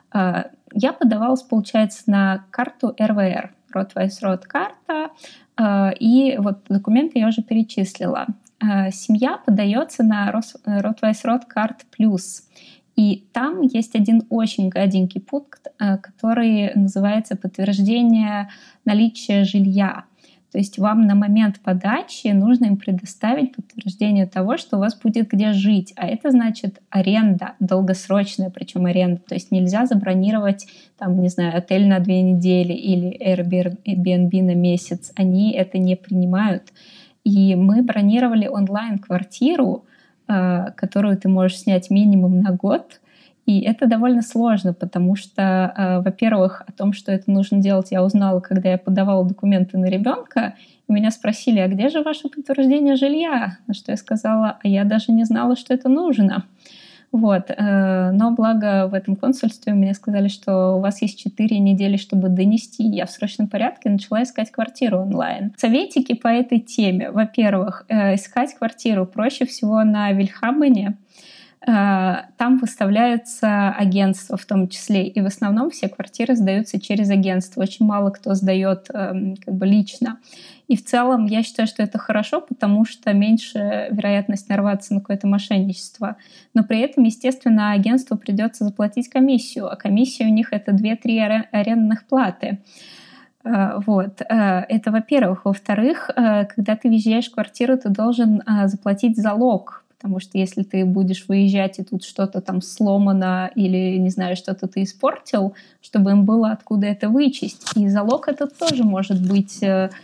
Я подавалась, получается, на карту эр вэ эр, Рот-Вайс-Рот карта, э, и вот документы я уже перечислила. Семья подается на Рот-Вайс-Рот карт плюс. И там есть один очень гаденький пункт, который называется подтверждение наличия жилья. То есть вам на момент подачи нужно им предоставить подтверждение того, что у вас будет где жить. А это значит аренда, долгосрочная причем аренда. То есть нельзя забронировать, там, не знаю, отель на две недели или Airbnb на месяц. Они это не принимают. И мы бронировали онлайн-квартиру, которую ты можешь снять минимум на год. И это довольно сложно, потому что, во-первых, о том, что это нужно делать, я узнала, когда я подавала документы на ребенка. И меня спросили: а где же ваше подтверждение жилья? На что я сказала: а я даже не знала, что это нужно. Вот. Но благо в этом консульстве мне сказали, что у вас есть четыре недели, чтобы донести. Я в срочном порядке начала искать квартиру онлайн. Советики по этой теме. Во-первых, искать квартиру проще всего на Вильхабене. Там выставляются агентства в том числе, и в основном все квартиры сдаются через агентство. Очень мало кто сдает как бы лично. И в целом я считаю, что это хорошо, потому что меньше вероятность нарваться на какое-то мошенничество. Но при этом, естественно, агентству придется заплатить комиссию, а комиссия у них это две-три арендных платы. Вот. Это, во-первых. Во-вторых, когда ты въезжаешь в квартиру, ты должен заплатить залог. Потому что если ты будешь выезжать, и тут что-то там сломано или, не знаю, что-то ты испортил, чтобы им было откуда это вычесть. И залог этот тоже может быть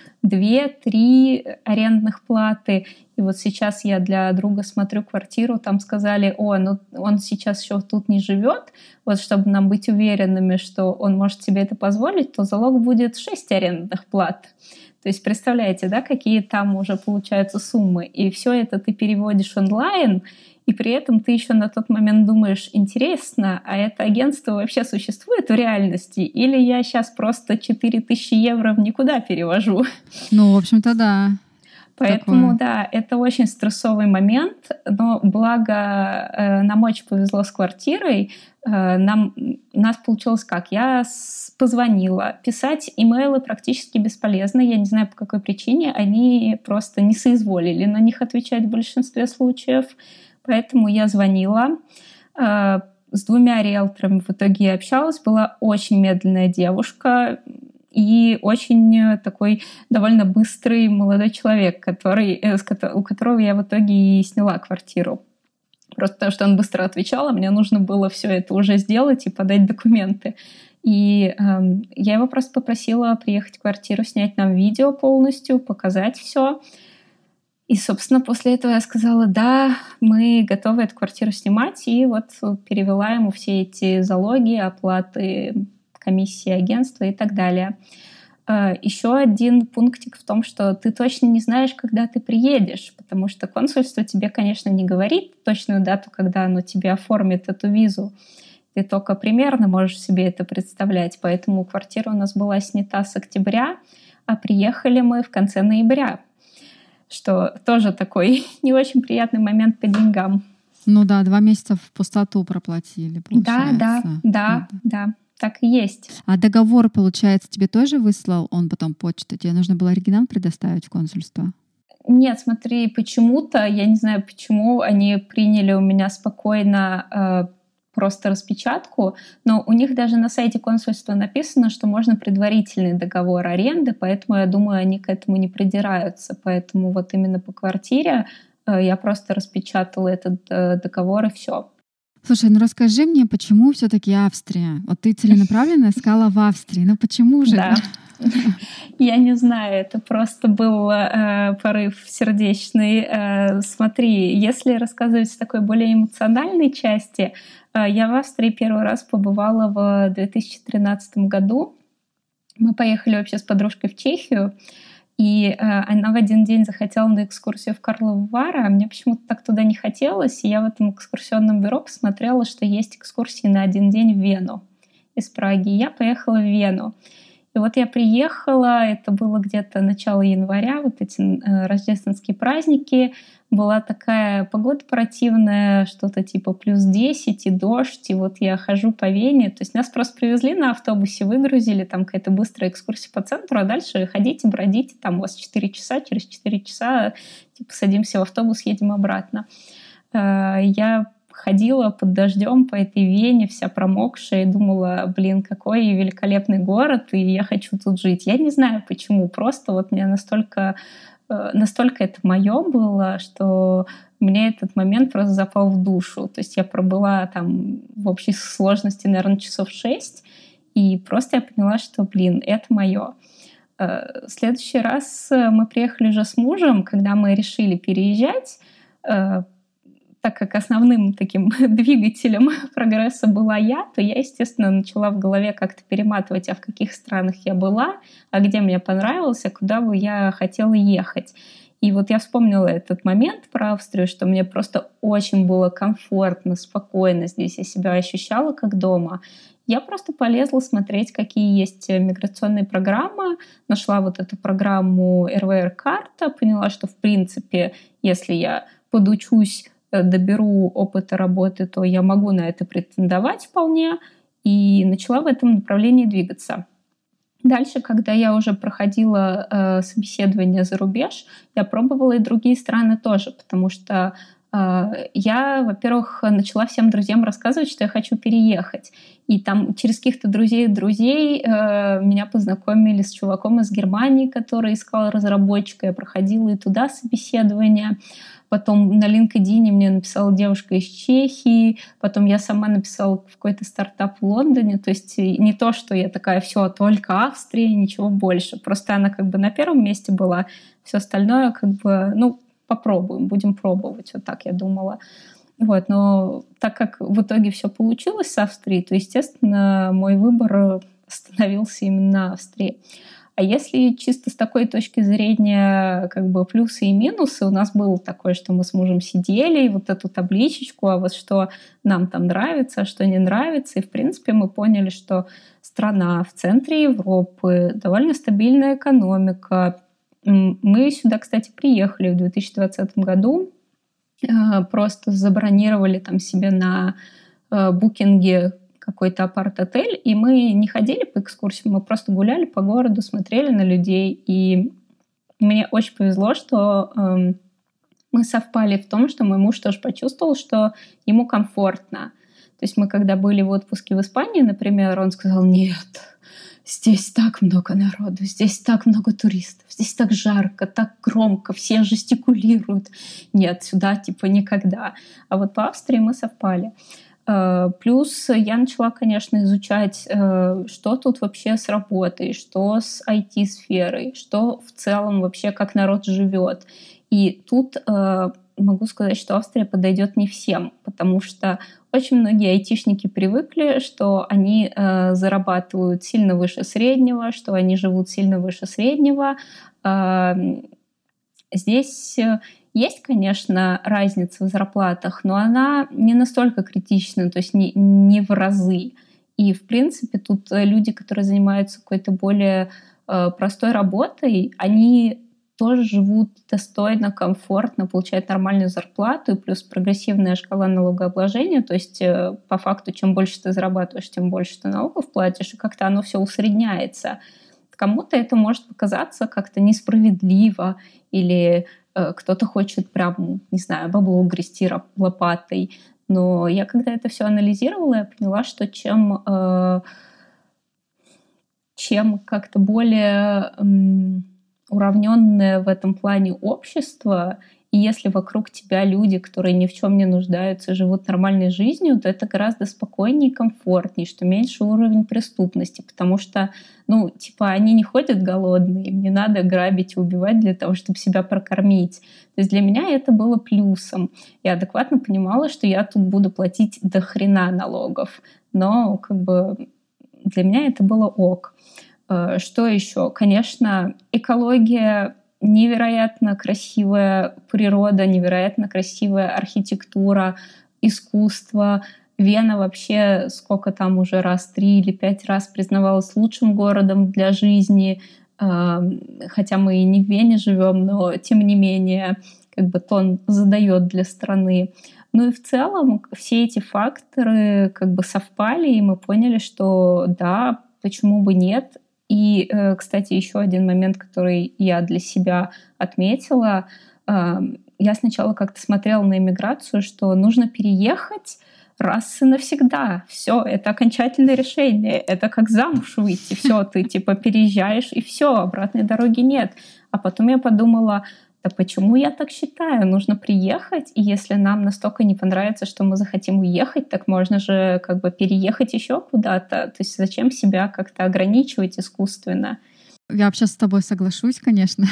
две-три арендных платы. И вот сейчас я для друга смотрю квартиру, там сказали: о, ну он сейчас еще тут не живет, вот чтобы нам быть уверенными, что он может себе это позволить, то залог будет шесть арендных плат. То есть представляете, да, какие там уже получаются суммы. И все это ты переводишь онлайн, и при этом ты еще на тот момент думаешь: интересно, а это агентство вообще существует в реальности? Или я сейчас просто четыре тысячи евро в никуда перевожу? Ну, в общем-то, да. Поэтому, Такое. Да, это очень стрессовый момент, но благо э, нам очень повезло с квартирой. Э, нам, у нас получилось как? Я с, позвонила. Писать имейлы практически бесполезно. Я не знаю, по какой причине. Они просто не соизволили на них отвечать в большинстве случаев. Поэтому я звонила. Э, с двумя риэлторами в итоге я общалась. Была очень медленная девушка и очень такой довольно быстрый молодой человек, который, у которого я в итоге и сняла квартиру. Просто потому что он быстро отвечал, а мне нужно было все это уже сделать и подать документы. И эм, я его просто попросила приехать в квартиру, снять нам видео полностью, показать все. И, собственно, после этого я сказала, да, мы готовы эту квартиру снимать, и вот перевела ему все эти залоги, оплаты, комиссии агентства и так далее. Еще один пунктик в том, что ты точно не знаешь, когда ты приедешь, потому что консульство тебе, конечно, не говорит точную дату, когда оно тебе оформит эту визу. Ты только примерно можешь себе это представлять. Поэтому квартира у нас была снята с октября, а приехали мы в конце ноября, что тоже такой не очень приятный момент по деньгам. Ну да, два месяца в пустоту проплатили, получается. Да, да, да, да, да, так и есть. А договор, получается, тебе тоже выслал он потом почтой? Тебе нужно было оригинал предоставить в консульство? Нет, смотри, почему-то, я не знаю почему, они приняли у меня спокойно э, просто распечатку, но у них даже на сайте консульства написано, что можно предварительный договор аренды, поэтому я думаю, они к этому не придираются. Поэтому вот именно по квартире э, я просто распечатала этот э, договор и все. Слушай, ну расскажи мне, почему все-таки Австрия? Вот ты целенаправленно искала в Австрии, но почему же? Да. Я не знаю, это просто был э, порыв сердечный. Э, смотри, если рассказывать с такой более эмоциональной части, э, я в Австрии первый раз побывала в две тысячи тринадцатом году. Мы поехали вообще с подружкой в Чехию, и э, она в один день захотела на экскурсию в Карловы Вары, а мне почему-то так туда не хотелось, и я в этом экскурсионном бюро посмотрела, что есть экскурсии на один день в Вену из Праги, и я поехала в Вену. И вот я приехала, это было где-то начало января, вот эти э, рождественские праздники. Была такая погода противная, что-то типа плюс десять и дождь. И вот я хожу по Вене. То есть нас просто привезли на автобусе, выгрузили, там какая-то быстрая экскурсия по центру, а дальше ходите, бродите, там у вас четыре часа, через четыре часа типа садимся в автобус, едем обратно. Э, я ходила под дождем по этой Вене, вся промокшая, и думала, блин, какой великолепный город, и я хочу тут жить. Я не знаю почему, просто вот мне настолько, настолько это мое было, что мне этот момент просто запал в душу. То есть я пробыла там в общей сложности, наверное, часов шесть, и просто я поняла, что, блин, это мое. В следующий раз мы приехали уже с мужем, когда мы решили переезжать, так как основным таким двигателем прогресса была я, то я, естественно, начала в голове как-то перематывать, а в каких странах я была, а где мне понравилось, а куда бы я хотела ехать. И вот я вспомнила этот момент про Австрию, что мне просто очень было комфортно, спокойно здесь. Я себя ощущала как дома. Я просто полезла смотреть, какие есть миграционные программы, нашла вот эту программу эр вэ эр-карта, поняла, что, в принципе, если я подучусь, доберу опыта работы, то я могу на это претендовать вполне, и начала в этом направлении двигаться. Дальше, когда я уже проходила э, собеседование за рубеж, я пробовала и другие страны тоже, потому что э, я, во-первых, начала всем друзьям рассказывать, что я хочу переехать. И там через каких-то друзей-друзей э, меня познакомили с чуваком из Германии, который искал разработчика. Я проходила и туда собеседование. Потом на LinkedIn мне написала девушка из Чехии, потом я сама написала в какой-то стартап в Лондоне. То есть не то, что я такая, все, только Австрия, ничего больше. Просто она как бы на первом месте была, все остальное как бы, ну, попробуем, будем пробовать, вот так я думала. Вот, но так как в итоге все получилось с Австрией, то, естественно, мой выбор становился именно на Австрии. А если чисто с такой точки зрения как бы плюсы и минусы, у нас было такое, что мы с мужем сидели, и вот эту табличечку, а вот что нам там нравится, а что не нравится. И, в принципе, мы поняли, что страна в центре Европы, довольно стабильная экономика. Мы сюда, кстати, приехали в две тысячи двадцатом году, просто забронировали там себе на букинге какой-то апарт-отель, и мы не ходили по экскурсиям, мы просто гуляли по городу, смотрели на людей, и мне очень повезло, что э, мы совпали в том, что мой муж тоже почувствовал, что ему комфортно. То есть мы, когда были в отпуске в Испании, например, он сказал, нет, здесь так много народу, здесь так много туристов, здесь так жарко, так громко, все жестикулируют. Нет, сюда типа никогда. А вот по Австрии мы совпали. Плюс я начала, конечно, изучать, что тут вообще с работой, что с ай ти-сферой, что в целом вообще, как народ живет. И тут могу сказать, что Австрия подойдет не всем, потому что очень многие айтишники привыкли, что они зарабатывают сильно выше среднего, что они живут сильно выше среднего. Здесь есть, конечно, разница в зарплатах, но она не настолько критична, то есть не, не в разы. И, в принципе, тут люди, которые занимаются какой-то более э, простой работой, они тоже живут достойно, комфортно, получают нормальную зарплату, и плюс прогрессивная шкала налогообложения, то есть э, по факту, чем больше ты зарабатываешь, тем больше ты налогов платишь, и как-то оно все усредняется. Кому-то это может показаться как-то несправедливо, или э, кто-то хочет прям, не знаю, бабло грести лопатой. Но я когда это все анализировала, я поняла, что чем, э, чем как-то более э, уравненное в этом плане общество, и если вокруг тебя люди, которые ни в чем не нуждаются, живут нормальной жизнью, то это гораздо спокойнее и комфортнее, что меньше уровень преступности, потому что, ну, типа, они не ходят голодные, им не надо грабить и убивать для того, чтобы себя прокормить. То есть для меня это было плюсом. Я адекватно понимала, что я тут буду платить до хрена налогов, но как бы для меня это было ок. Что еще? Конечно, экология, невероятно красивая природа, невероятно красивая архитектура, искусство. Вена вообще сколько там уже раз, три или пять раз признавалась лучшим городом для жизни, хотя мы и не в Вене живем, но тем не менее как бы тон задает для страны. Ну и в целом все эти факторы как бы совпали, и мы поняли, что да, почему бы нет. И, кстати, еще один момент, который я для себя отметила. Я сначала как-то смотрела на иммиграцию, что нужно переехать раз и навсегда. Все, это окончательное решение. Это как замуж выйти. Все, ты типа переезжаешь, и все, обратной дороги нет. А потом я подумала, да почему я так считаю? Нужно приехать, и если нам настолько не понравится, что мы захотим уехать, так можно же как бы переехать еще куда-то. То есть зачем себя как-то ограничивать искусственно? Я вообще с тобой соглашусь, конечно.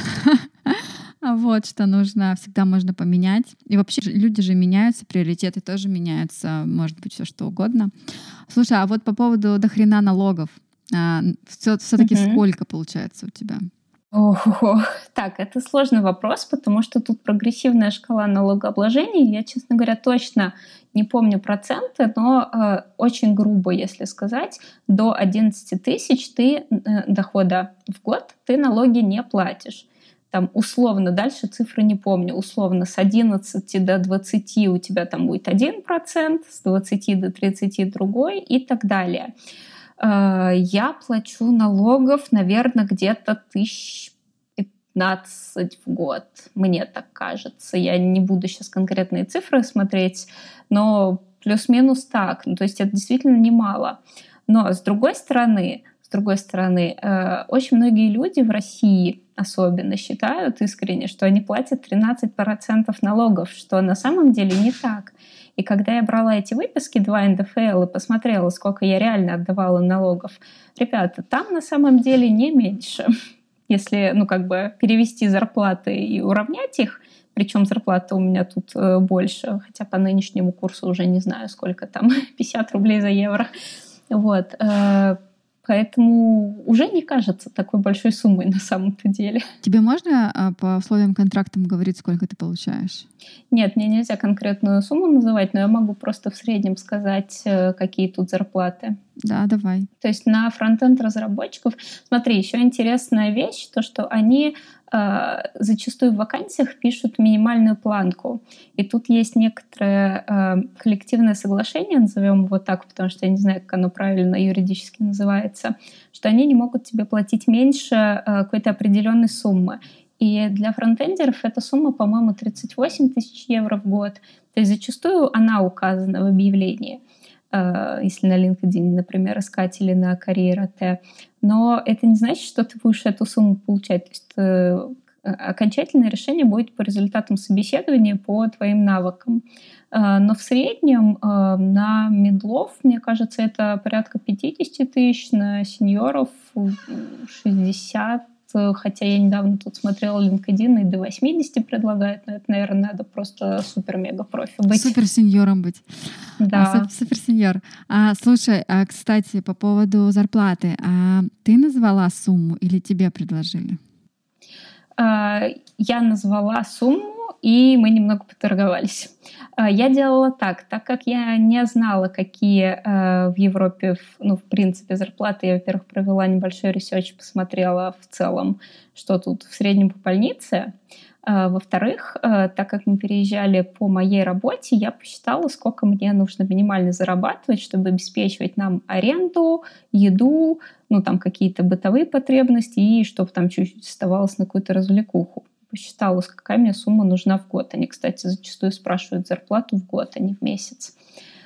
Вот, что нужно, всегда можно поменять. И вообще люди же меняются, приоритеты тоже меняются, может быть, все что угодно. Слушай, а вот по поводу дохрена налогов, все-таки uh-huh. сколько получается у тебя? Ох, так, это сложный вопрос, потому что тут прогрессивная шкала налогообложения. Я, честно говоря, точно не помню проценты, но э, очень грубо, если сказать, до одиннадцати тысяч ты э, дохода в год ты налоги не платишь. Там условно, дальше цифры не помню, условно с одиннадцати до двадцати у тебя там будет один процент, с двадцати до тридцати другой и так далее. Я плачу налогов, наверное, где-то тысяч пятнадцать в год. Мне так кажется. Я не буду сейчас конкретные цифры смотреть, но плюс-минус так. Ну, то есть это действительно немало. Но с другой стороны, с другой стороны, очень многие люди в России особенно считают искренне, что они платят тринадцать процентов налогов, что на самом деле не так. И когда я брала эти выписки два эн дэ эф эл и посмотрела, сколько я реально отдавала налогов, ребята, там на самом деле не меньше. Если, ну, как бы перевести зарплаты и уравнять их, причем зарплата у меня тут э, больше, хотя по нынешнему курсу уже не знаю, сколько там, пятьдесят рублей за евро. Вот. Э, Поэтому уже не кажется такой большой суммой на самом-то деле. Тебе можно по условиям контракта говорить, сколько ты получаешь? Нет, мне нельзя конкретную сумму называть, но я могу просто в среднем сказать, какие тут зарплаты. Да, давай. То есть на фронтенд разработчиков, смотри, еще интересная вещь, то, что они э, зачастую в вакансиях пишут минимальную планку. И тут есть некоторое э, коллективное соглашение, назовем его так, потому что я не знаю, как оно правильно юридически называется, что они не могут тебе платить меньше э, какой-то определенной суммы. И для фронтендеров эта сумма, по-моему, тридцать восемь тысяч евро в год. То есть зачастую она указана в объявлении, если на LinkedIn, например, искать, или на Карьера.Т. Но это не значит, что ты будешь эту сумму получать. То есть э, окончательное решение будет по результатам собеседования, по твоим навыкам. Но в среднем на медлов, мне кажется, это порядка пятьдесят тысяч, на сеньоров шестьдесят. Хотя я недавно тут смотрела LinkedIn, и до восемьдесят предлагают, но это, наверное, надо просто супер-мега-профи быть. Супер-сеньором быть. Да. А, супер-сеньор. А, слушай, а, кстати, по поводу зарплаты. А ты назвала сумму или тебе предложили? А, я назвала сумму, и мы немного поторговались. Я делала так, так как я не знала, какие э, в Европе, ну, в принципе, зарплаты. Я, во-первых, провела небольшой ресерч, посмотрела в целом, что тут в среднем по больнице. Э, во-вторых, э, так как мы переезжали по моей работе, я посчитала, сколько мне нужно минимально зарабатывать, чтобы обеспечивать нам аренду, еду, ну, там какие-то бытовые потребности, и чтобы там чуть-чуть оставалось на какую-то развлекуху. Посчитала, какая мне сумма нужна в год. Они, кстати, зачастую спрашивают зарплату в год, а не в месяц.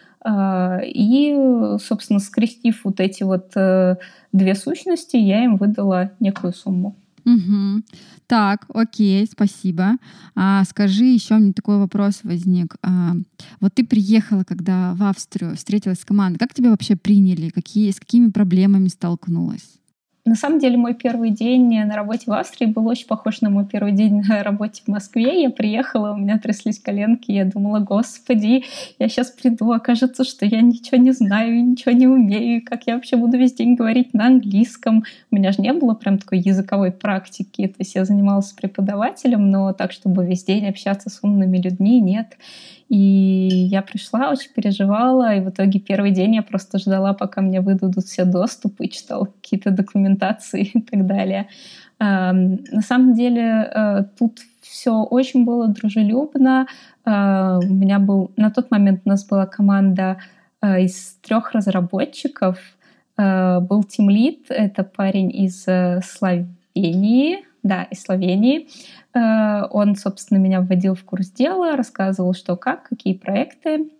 И, собственно, скрестив вот эти вот две сущности, я им выдала некую сумму. Угу. Так, окей, спасибо. А скажи, еще у меня такой вопрос возник. А, вот ты приехала, когда в Австрию, встретилась с командой. Как тебя вообще приняли? Какие, с какими проблемами столкнулась? На самом деле, мой первый день на работе в Австрии был очень похож на мой первый день на работе в Москве. Я приехала, у меня тряслись коленки, я думала, господи, я сейчас приду, окажется, что я ничего не знаю, ничего не умею, как я вообще буду весь день говорить на английском. У меня же не было прям такой языковой практики, то есть я занималась преподавателем, но так, чтобы весь день общаться с умными людьми, нет. И я пришла, очень переживала, и в итоге первый день я просто ждала, пока мне выдадут все доступы, и читала какие-то документации и так далее. На самом деле тут все очень было дружелюбно. У меня был, на тот момент у нас была команда из трех разработчиков. Был тимлид, это парень из Словении, да, из Словении. Он, собственно, меня вводил в курс дела, рассказывал, что как, какие проекты.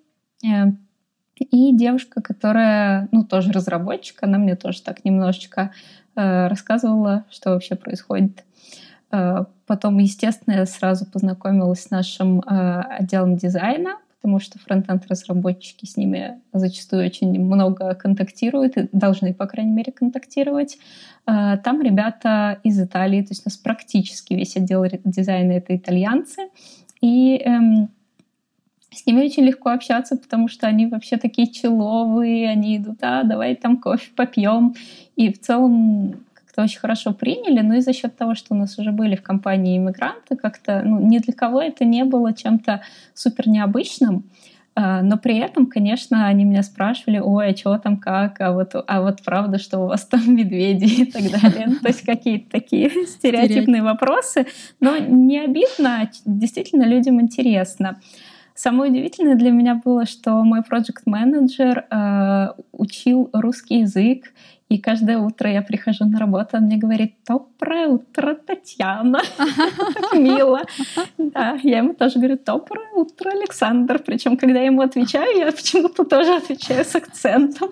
И девушка, которая, ну, тоже разработчик, она мне тоже так немножечко рассказывала, что вообще происходит. Потом, естественно, я сразу познакомилась с нашим отделом дизайна, потому что фронтенд-разработчики с ними зачастую очень много контактируют и должны, по крайней мере, контактировать. Там ребята из Италии, то есть у нас практически весь отдел дизайна — это итальянцы, и эм, с ними очень легко общаться, потому что они вообще такие человые, они идут, а, давай там кофе попьем, и в целом как-то очень хорошо приняли, но и за счет того, что у нас уже были в компании иммигранты, как-то, ну, ни для кого это не было чем-то супер необычным. Но при этом, конечно, они меня спрашивали, ой, а чего там как, а вот, а вот правда, что у вас там медведи и так далее. То есть какие-то такие стереотипные вопросы. Но не обидно, действительно людям интересно. Самое удивительное для меня было, что мой проект-менеджер э, учил русский язык, и каждое утро я прихожу на работу, он мне говорит: «Доброе утро, Татьяна». Так мило. Да, я ему тоже говорю: «Доброе утро, Александр». Причем, когда я ему отвечаю, я почему-то тоже отвечаю с акцентом.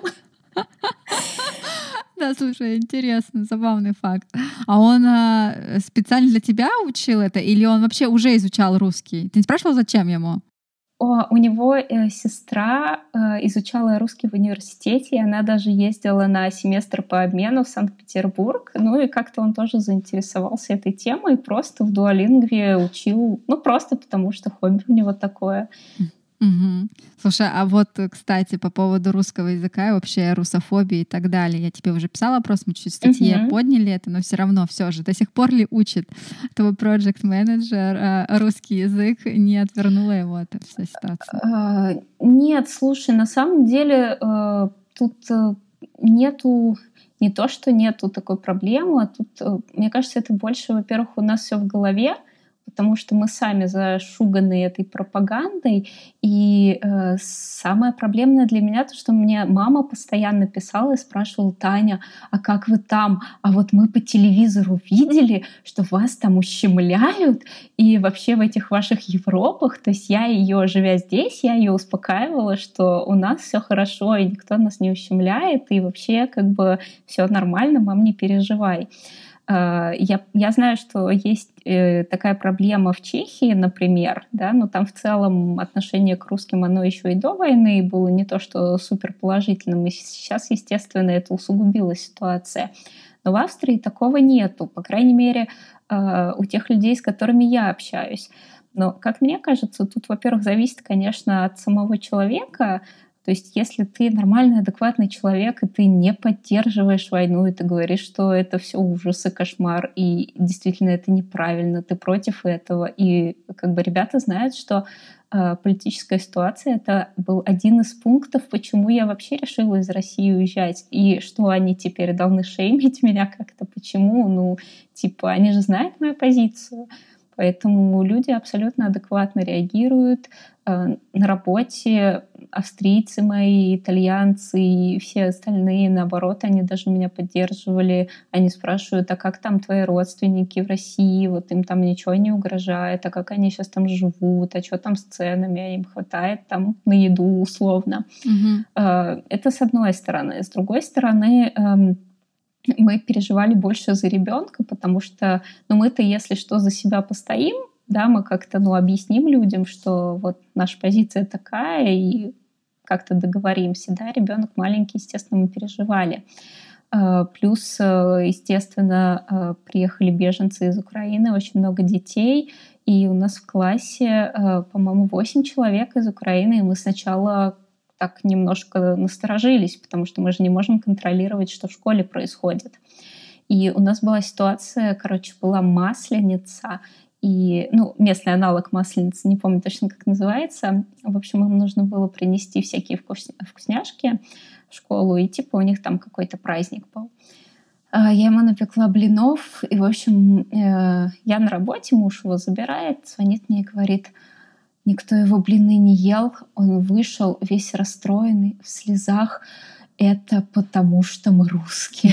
Да, слушай, интересно, забавный факт. А он а, специально для тебя учил это, или он вообще уже изучал русский? Ты не спрашивал, зачем ему? О, у него э, сестра э, изучала русский в университете, и она даже ездила на семестр по обмену в Санкт-Петербург. Ну и как-то он тоже заинтересовался этой темой и просто в дуолингве учил, ну просто потому что хобби у него такое. Угу. Слушай, а вот, кстати, по поводу русского языка и вообще русофобии и так далее. Я тебе уже писала вопрос, мы чуть-чуть в статье uh-huh. подняли это, но все равно все же до сих пор ли учит твой проект-менеджер русский язык, не отвернула его от этой ситуации? Uh, нет, слушай, на самом деле uh, тут uh, нету, не то, что нету такой проблемы, а тут, uh, мне кажется, это больше, во-первых, у нас все в голове, потому что мы сами зашуганы этой пропагандой. И э, самое проблемное для меня то, что мне мама постоянно писала и спрашивала: «Таня, а как вы там? А вот мы по телевизору видели, что вас там ущемляют, и вообще в этих ваших Европах». То есть я ее, живя здесь, я ее успокаивала, что у нас все хорошо, и никто нас не ущемляет, и вообще как бы все нормально, мам, не переживай. Я, я знаю, что есть такая проблема в Чехии, например, да, но там в целом отношение к русским, оно еще и до войны было не то, что суперположительным, и сейчас, естественно, это усугубила ситуация. Но в Австрии такого нету, по крайней мере, у тех людей, с которыми я общаюсь. Но, как мне кажется, тут, во-первых, зависит, конечно, от самого человека. То есть если ты нормальный, адекватный человек, и ты не поддерживаешь войну, и ты говоришь, что это все ужас и кошмар, и действительно это неправильно, ты против этого. И как бы ребята знают, что э, политическая ситуация — это был один из пунктов, почему я вообще решила из России уезжать. И что они теперь должны шеймить меня как-то, почему? Ну, типа, они же знают мою позицию. Поэтому люди абсолютно адекватно реагируют. На работе австрийцы мои, итальянцы и все остальные, наоборот, они даже меня поддерживали. Они спрашивают, а как там твои родственники в России? Вот им там ничего не угрожает, а как они сейчас там живут, а что там с ценами, им хватает там на еду условно. Mm-hmm. Это с одной стороны. С другой стороны, мы переживали больше за ребенка, потому что ну, мы-то, если что, за себя постоим, да, мы как-то ну, объясним людям, что вот наша позиция такая, и как-то договоримся. Да, ребенок маленький, естественно, мы переживали. Плюс, естественно, приехали беженцы из Украины, очень много детей, и у нас в классе, по-моему, восемь человек из Украины, и мы сначала так немножко насторожились, потому что мы же не можем контролировать, что в школе происходит. И у нас была ситуация, короче, была масленица, и, ну, местный аналог масленицы, не помню точно, как называется. В общем, им нужно было принести всякие вкусняшки в школу, и типа у них там какой-то праздник был. Я ему напекла блинов, и, в общем, я на работе, муж его забирает, звонит мне и говорит: никто его блины не ел, он вышел весь расстроенный, в слезах. Это потому, что мы русские.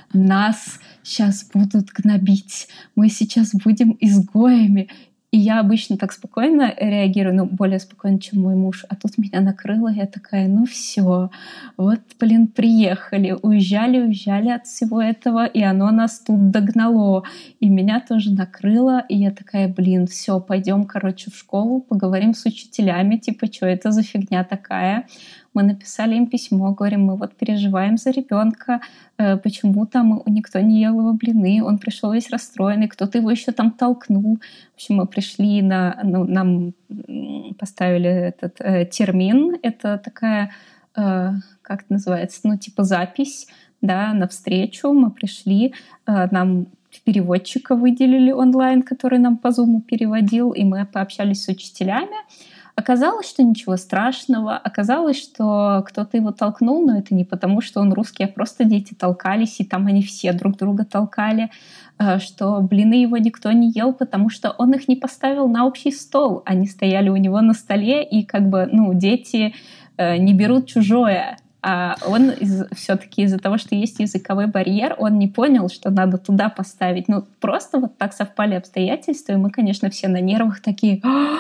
Нас сейчас будут гнобить. Мы сейчас будем изгоями. И я обычно так спокойно реагирую, ну, более спокойно, чем мой муж. А тут меня накрыло, я такая, ну все, вот, блин, приехали, уезжали, уезжали от всего этого, и оно нас тут догнало. И меня тоже накрыло, и я такая, блин, все, пойдем, короче, в школу, поговорим с учителями, типа, что это за фигня такая. Мы написали им письмо, говорим, мы вот переживаем за ребенка, почему там никто не ел его блины, он пришел весь расстроенный, кто-то его еще там толкнул. В общем, мы пришли на, ну, нам поставили этот э, термин, это такая, э, как это называется, ну, типа запись, да, на встречу. Мы пришли, э, нам переводчика выделили онлайн, который нам по Zoom переводил, и мы пообщались с учителями. Оказалось, что ничего страшного. Оказалось, что кто-то его толкнул, но это не потому, что он русский, а просто дети толкались, и там они все друг друга толкали, что блины его никто не ел, потому что он их не поставил на общий стол. Они стояли у него на столе, и как бы, ну, дети не берут чужое. А он из, все-таки из-за того, что есть языковой барьер, он не понял, что надо туда поставить. Ну, просто вот так совпали обстоятельства, и мы, конечно, все на нервах такие,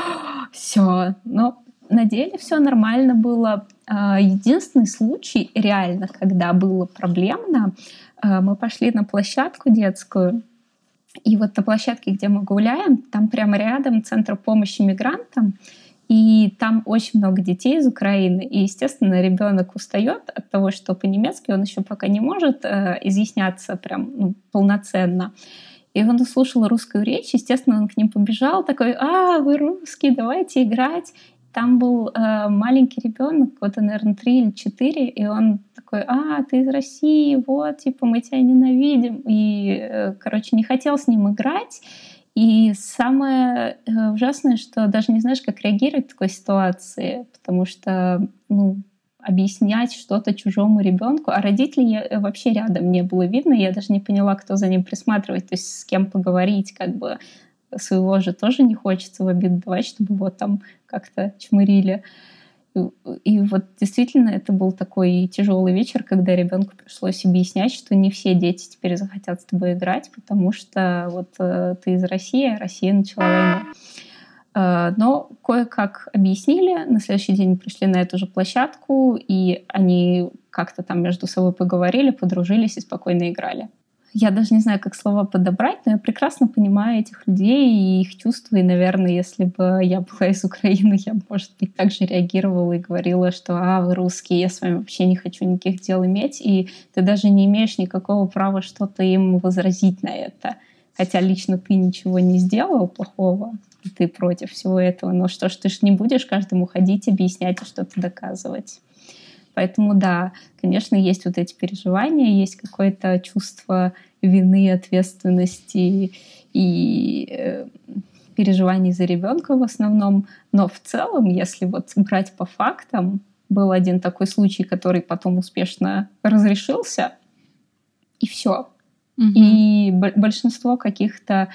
все. Но на деле все нормально было. Единственный случай, реально, когда было проблемно, мы пошли на площадку детскую, и вот на площадке, где мы гуляем, там прямо рядом центр помощи мигрантам, и там очень много детей из Украины. И, естественно, ребенок устает от того, что по-немецки он еще пока не может э, изъясняться прям ну, полноценно. И он услышал русскую речь, естественно, он к ним побежал, такой: «А, вы русские, давайте играть». Там был э, маленький ребенок, вот, наверное, три или четыре, и он такой: «А, ты из России, вот, типа, мы тебя ненавидим». И, э, короче, не хотел с ним играть. И самое ужасное, что даже не знаешь, как реагировать в такой ситуации, потому что, ну, объяснять что-то чужому ребенку, а родителей вообще рядом не было видно, я даже не поняла, кто за ним присматривает, то есть с кем поговорить, как бы своего же тоже не хочется в обиду давать, чтобы его там как-то чмырили. И вот действительно это был такой тяжелый вечер, когда ребенку пришлось объяснять, что не все дети теперь захотят с тобой играть, потому что вот э, ты из России, а Россия начала войну. Э, но кое-как объяснили. На следующий день пришли на эту же площадку, и они как-то там между собой поговорили, подружились и спокойно играли. я даже не знаю, как слова подобрать, но я прекрасно понимаю этих людей и их чувства. И, наверное, если бы я была из Украины, я бы, может быть, так же реагировала и говорила, что «а, вы русские, я с вами вообще не хочу никаких дел иметь». И ты даже не имеешь никакого права что-то им возразить на это. Хотя лично ты ничего не сделал плохого, и ты против всего этого. Но что ж, ты ж не будешь каждому ходить, объяснять и что-то доказывать. Поэтому да, конечно, есть вот эти переживания, есть какое-то чувство вины, ответственности и э, переживаний за ребенка в основном. Но в целом, если вот брать по фактам, был один такой случай, который потом успешно разрешился, и все. Mm-hmm. И б- большинство каких-то,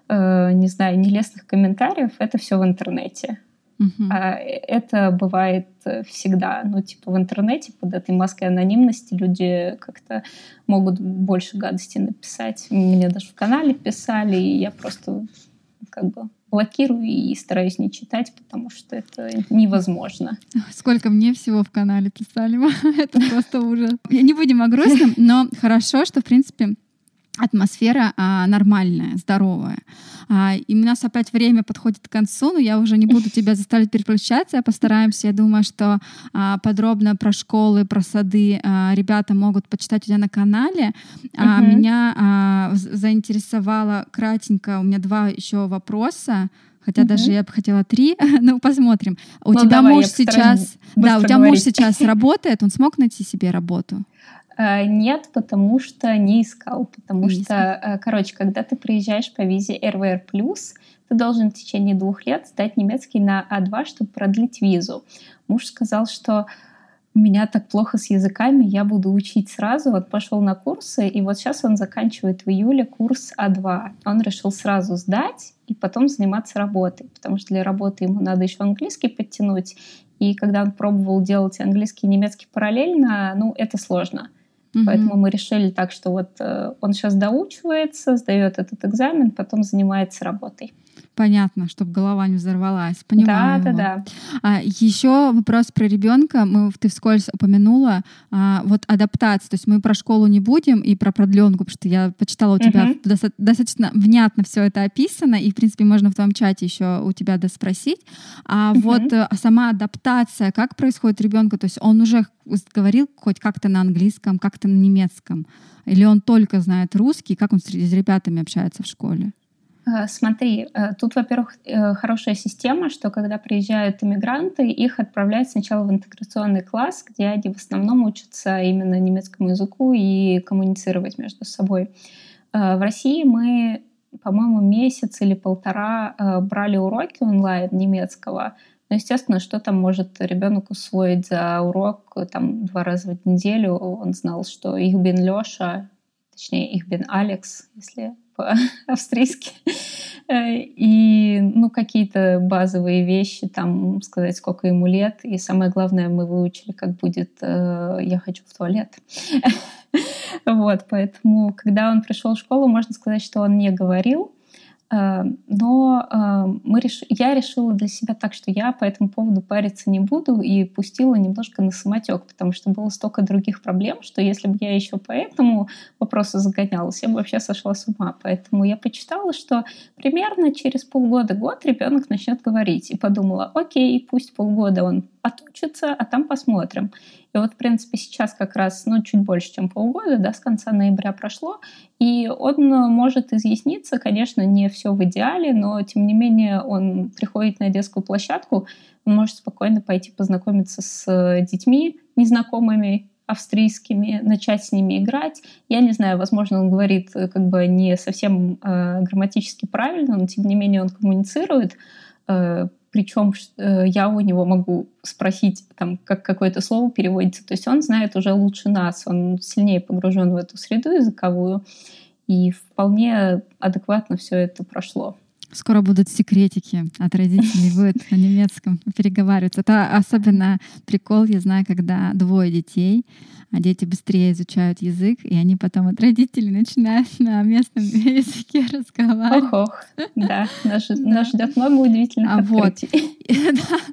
э, не знаю, нелестных комментариев — это все в интернете. Uh-huh. А это бывает всегда. Ну, типа в интернете под этой маской анонимности люди как-то могут больше гадости написать. Мне даже в канале писали, и я просто как бы блокирую и стараюсь не читать, потому что это невозможно. Сколько мне всего в канале писали. Это просто ужас. Не будем о грустном, но хорошо, что, в принципе, атмосфера а, нормальная, здоровая. А, и у нас опять время подходит к концу, но я уже не буду тебя заставлять переключаться, постараемся. Я думаю, что а, подробно про школы, про сады а, ребята могут почитать у тебя на канале. А, uh-huh. Меня а, заинтересовало кратенько, у меня два еще вопроса. Хотя uh-huh. даже я бы хотела три, ну посмотрим. У ну, тебя давай, муж сейчас, да, у тебя говорить. муж сейчас работает, он смог найти себе работу? Нет, потому что не искал. Потому не что, искал. короче, когда ты приезжаешь по визе эр вэ эр плюс, ты должен в течение двух лет сдать немецкий на а два, чтобы продлить визу. Муж сказал, что у меня так плохо с языками, я буду учить сразу. Он пошел на курсы, и вот сейчас он заканчивает в июле курс а два. Он решил сразу сдать и потом заниматься работой, потому что для работы ему надо еще английский подтянуть. И когда он пробовал делать английский и немецкий параллельно, ну, это сложно. Mm-hmm. Поэтому мы решили так, что вот э, он сейчас доучивается, сдает этот экзамен, потом занимается работой. Понятно, чтобы голова не взорвалась. Понимаю. Да, да, да. А, еще вопрос про ребенка. Мы, ты вскользь упомянула а, вот адаптацию. То есть мы про школу не будем и про продленку, потому что я почитала у тебя uh-huh. доста- достаточно внятно все это описано, и, в принципе, можно в твоем чате еще у тебя доспросить. А uh-huh. вот а сама адаптация, как происходит ребенку? То есть он уже говорил хоть как-то на английском, как-то на немецком? Или он только знает русский? Как он с ребятами общается в школе? Смотри, тут, во-первых, хорошая система, что когда приезжают иммигранты, их отправляют сначала в интеграционный класс, где они в основном учатся именно немецкому языку и коммуницировать между собой. В России мы, по-моему, месяц или полтора брали уроки онлайн немецкого. Но, естественно, что там может ребенок усвоить за урок там, два раза в неделю? Он знал, что «Ich bin Лёша», точнее «Ich bin Alex», если по-австрийски. И, ну, какие-то базовые вещи, там, сказать, сколько ему лет. И самое главное, мы выучили, как будет «я хочу в туалет». Вот, поэтому, когда он пришел в школу, можно сказать, что он не говорил. Но мы реш... я решила для себя так, что я по этому поводу париться не буду, и пустила немножко на самотек, потому что было столько других проблем, что если бы я еще по этому вопросу загонялась, я бы вообще сошла с ума. Поэтому я почитала, что примерно через полгода-год ребенок начнет говорить. И подумала, окей, пусть полгода он отучится, а там посмотрим. И вот, в принципе, сейчас как раз, ну, чуть больше, чем полгода, да, с конца ноября прошло, и он может изъясниться, конечно, не все в идеале, но, тем не менее, он приходит на детскую площадку, он может спокойно пойти познакомиться с детьми незнакомыми, австрийскими, начать с ними играть. Я не знаю, возможно, он говорит как бы не совсем э, грамматически правильно, но, тем не менее, он коммуницирует, э, причем я у него могу спросить, там, как какое-то слово переводится. То есть он знает уже лучше нас, он сильнее погружен в эту среду языковую, и вполне адекватно все это прошло. Скоро будут секретики от родителей, будет на немецком переговариваться. Это особенно прикол, я знаю, когда двое детей, а дети быстрее изучают язык, и они потом от родителей начинают на местном языке разговаривать. Ох-ох, да, нас, нас ждет много удивительных а открытий. Вот.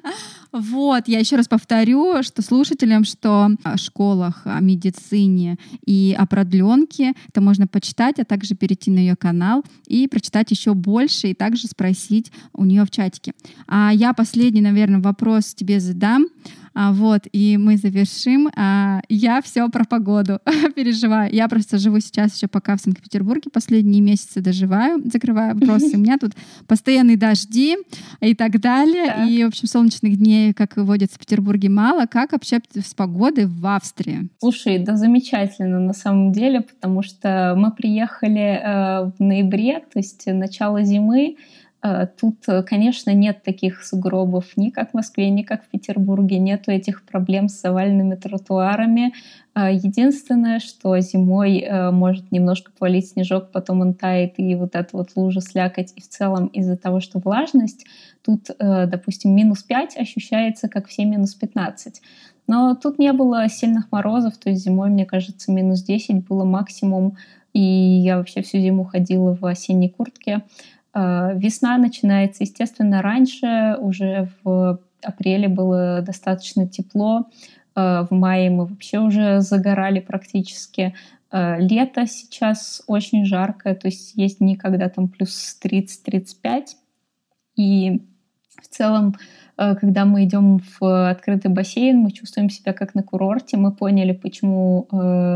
Вот, я еще раз повторю, что слушателям, что о школах, о медицине и о продленке это можно почитать, а также перейти на ее канал и прочитать еще больше и также спросить у нее в чатике. А я последний, наверное, вопрос тебе задам. А, вот, и мы завершим. А, я все про погоду переживаю. Я просто живу сейчас еще пока в Санкт-Петербурге, последние месяцы доживаю, закрываю вопросы. У меня тут постоянные дожди и так далее. Так. И, в общем, солнечных дней, как водится в Петербурге, мало. Как общаться с погодой в Австрии? Слушай, да замечательно на самом деле, потому что мы приехали э, в ноябре, то есть начало зимы. Тут, конечно, нет таких сугробов ни как в Москве, ни как в Петербурге, нету этих проблем с заваленными тротуарами. Единственное, что зимой может немножко повалить снежок, потом он тает, и вот эта вот лужа, слякоть. И в целом из-за того, что влажность, тут, допустим, минус пять ощущается как все минус пятнадцать. Но тут не было сильных морозов, то есть зимой, мне кажется, минус десять было максимум. И я вообще всю зиму ходила в осенней куртке. Весна начинается, естественно, раньше, уже в апреле было достаточно тепло, в мае мы вообще уже загорали практически. Лето сейчас очень жаркое, то есть есть дни, когда там плюс тридцать - тридцать пять. И в целом, когда мы идем в открытый бассейн, мы чувствуем себя как на курорте. Мы поняли, почему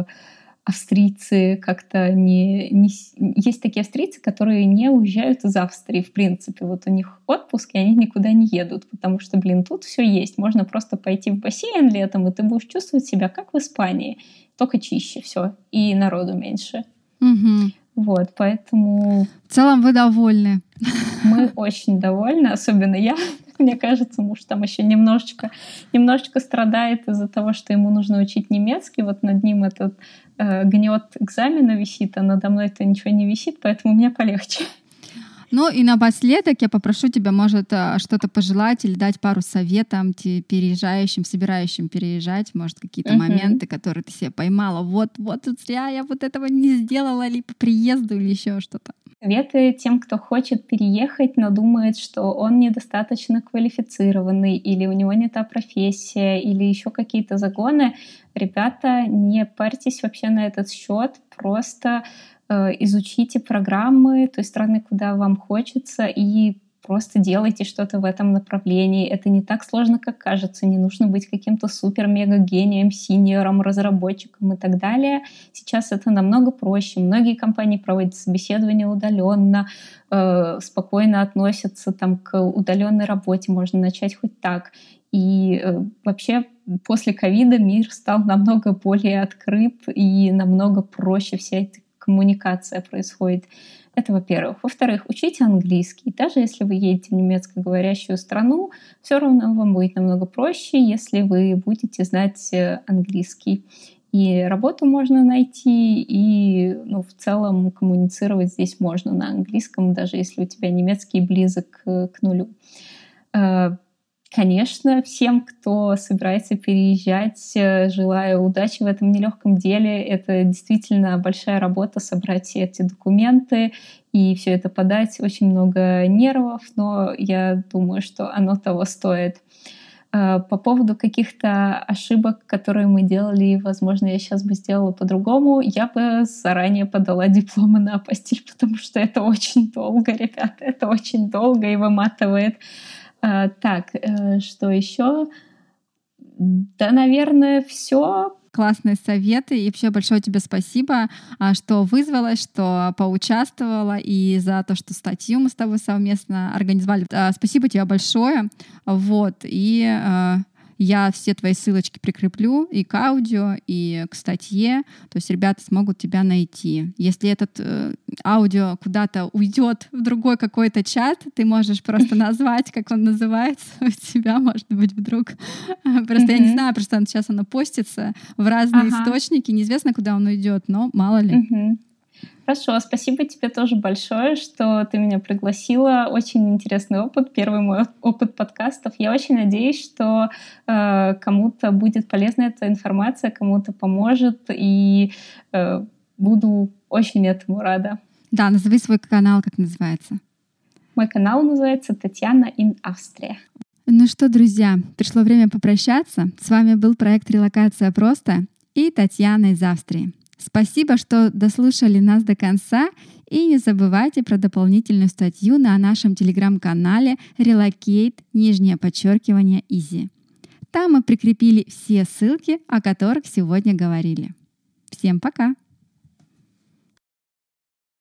австрийцы как-то не, не... Есть такие австрийцы, которые не уезжают из Австрии, в принципе. Вот у них отпуск, и они никуда не едут, потому что, блин, тут все есть. Можно просто пойти в бассейн летом, и ты будешь чувствовать себя как в Испании, только чище все, и народу меньше. Угу. Вот, поэтому... В целом вы довольны. Мы очень довольны, особенно я. Мне кажется, муж там еще немножечко, немножечко страдает из-за того, что ему нужно учить немецкий. Вот над ним этот э, гнет экзамена висит, а надо мной это ничего не висит, поэтому мне полегче. Ну и напоследок я попрошу тебя, может, что-то пожелать или дать пару советов переезжающим, собирающим переезжать, может, какие-то uh-huh. моменты, которые ты себе поймала. Вот, вот зря я вот этого не сделала, или по приезду, или еще что-то. Советы тем, кто хочет переехать, но думает, что он недостаточно квалифицированный, или у него не та профессия, или еще какие-то загоны. Ребята, не парьтесь вообще на этот счет, просто э, изучите программы той страны, куда вам хочется, и просто делайте что-то в этом направлении. Это не так сложно, как кажется. Не нужно быть каким-то супер-мега-гением, синьором, разработчиком и так далее. Сейчас это намного проще. Многие компании проводят собеседования удаленно, э, спокойно относятся там, к удаленной работе. Можно начать хоть так. И э, вообще после ковида мир стал намного более открыт и намного проще вся эта коммуникация происходит. Это, во-первых. Во-вторых, учите английский. Даже если вы едете в немецкоговорящую страну, все равно вам будет намного проще, если вы будете знать английский. И работу можно найти, и ну, в целом коммуницировать здесь можно на английском, даже если у тебя немецкий близок к нулю. Конечно, всем, кто собирается переезжать, желаю удачи в этом нелегком деле. Это действительно большая работа — собрать все эти документы и все это подать. Очень много нервов, но я думаю, что оно того стоит. По поводу каких-то ошибок, которые мы делали, и, возможно, я сейчас бы сделала по-другому, я бы заранее подала дипломы на апостиль, потому что это очень долго, ребята, это очень долго и выматывает. А, так, э, что еще? Да, наверное, все. Классные советы. И вообще большое тебе спасибо, что вызвалась, что поучаствовала, и за то, что статью мы с тобой совместно организовали. Спасибо тебе большое. Вот. И я все твои ссылочки прикреплю и к аудио, и к статье. То есть ребята смогут тебя найти. Если этот э, аудио куда-то уйдет в другой какой-то чат, ты можешь просто назвать, как он называется у тебя, может быть, вдруг. Просто я не знаю, просто сейчас оно постится в разные источники. Неизвестно, куда он уйдет, но мало ли. Хорошо, спасибо тебе тоже большое, что ты меня пригласила. Очень интересный опыт, первый мой опыт подкастов. Я очень надеюсь, что э, кому-то будет полезна эта информация, кому-то поможет, и э, буду очень этому рада. Да, назови свой канал, как называется. Мой канал называется «Татьяна in Austria». Ну что, друзья, пришло время попрощаться. С вами был проект «Релокация просто» и Татьяна из Австрии. Спасибо, что дослушали нас до конца. И не забывайте про дополнительную статью на нашем телеграм-канале Relocate, нижнее подчеркивание, Easy. Там мы прикрепили все ссылки, о которых сегодня говорили. Всем пока!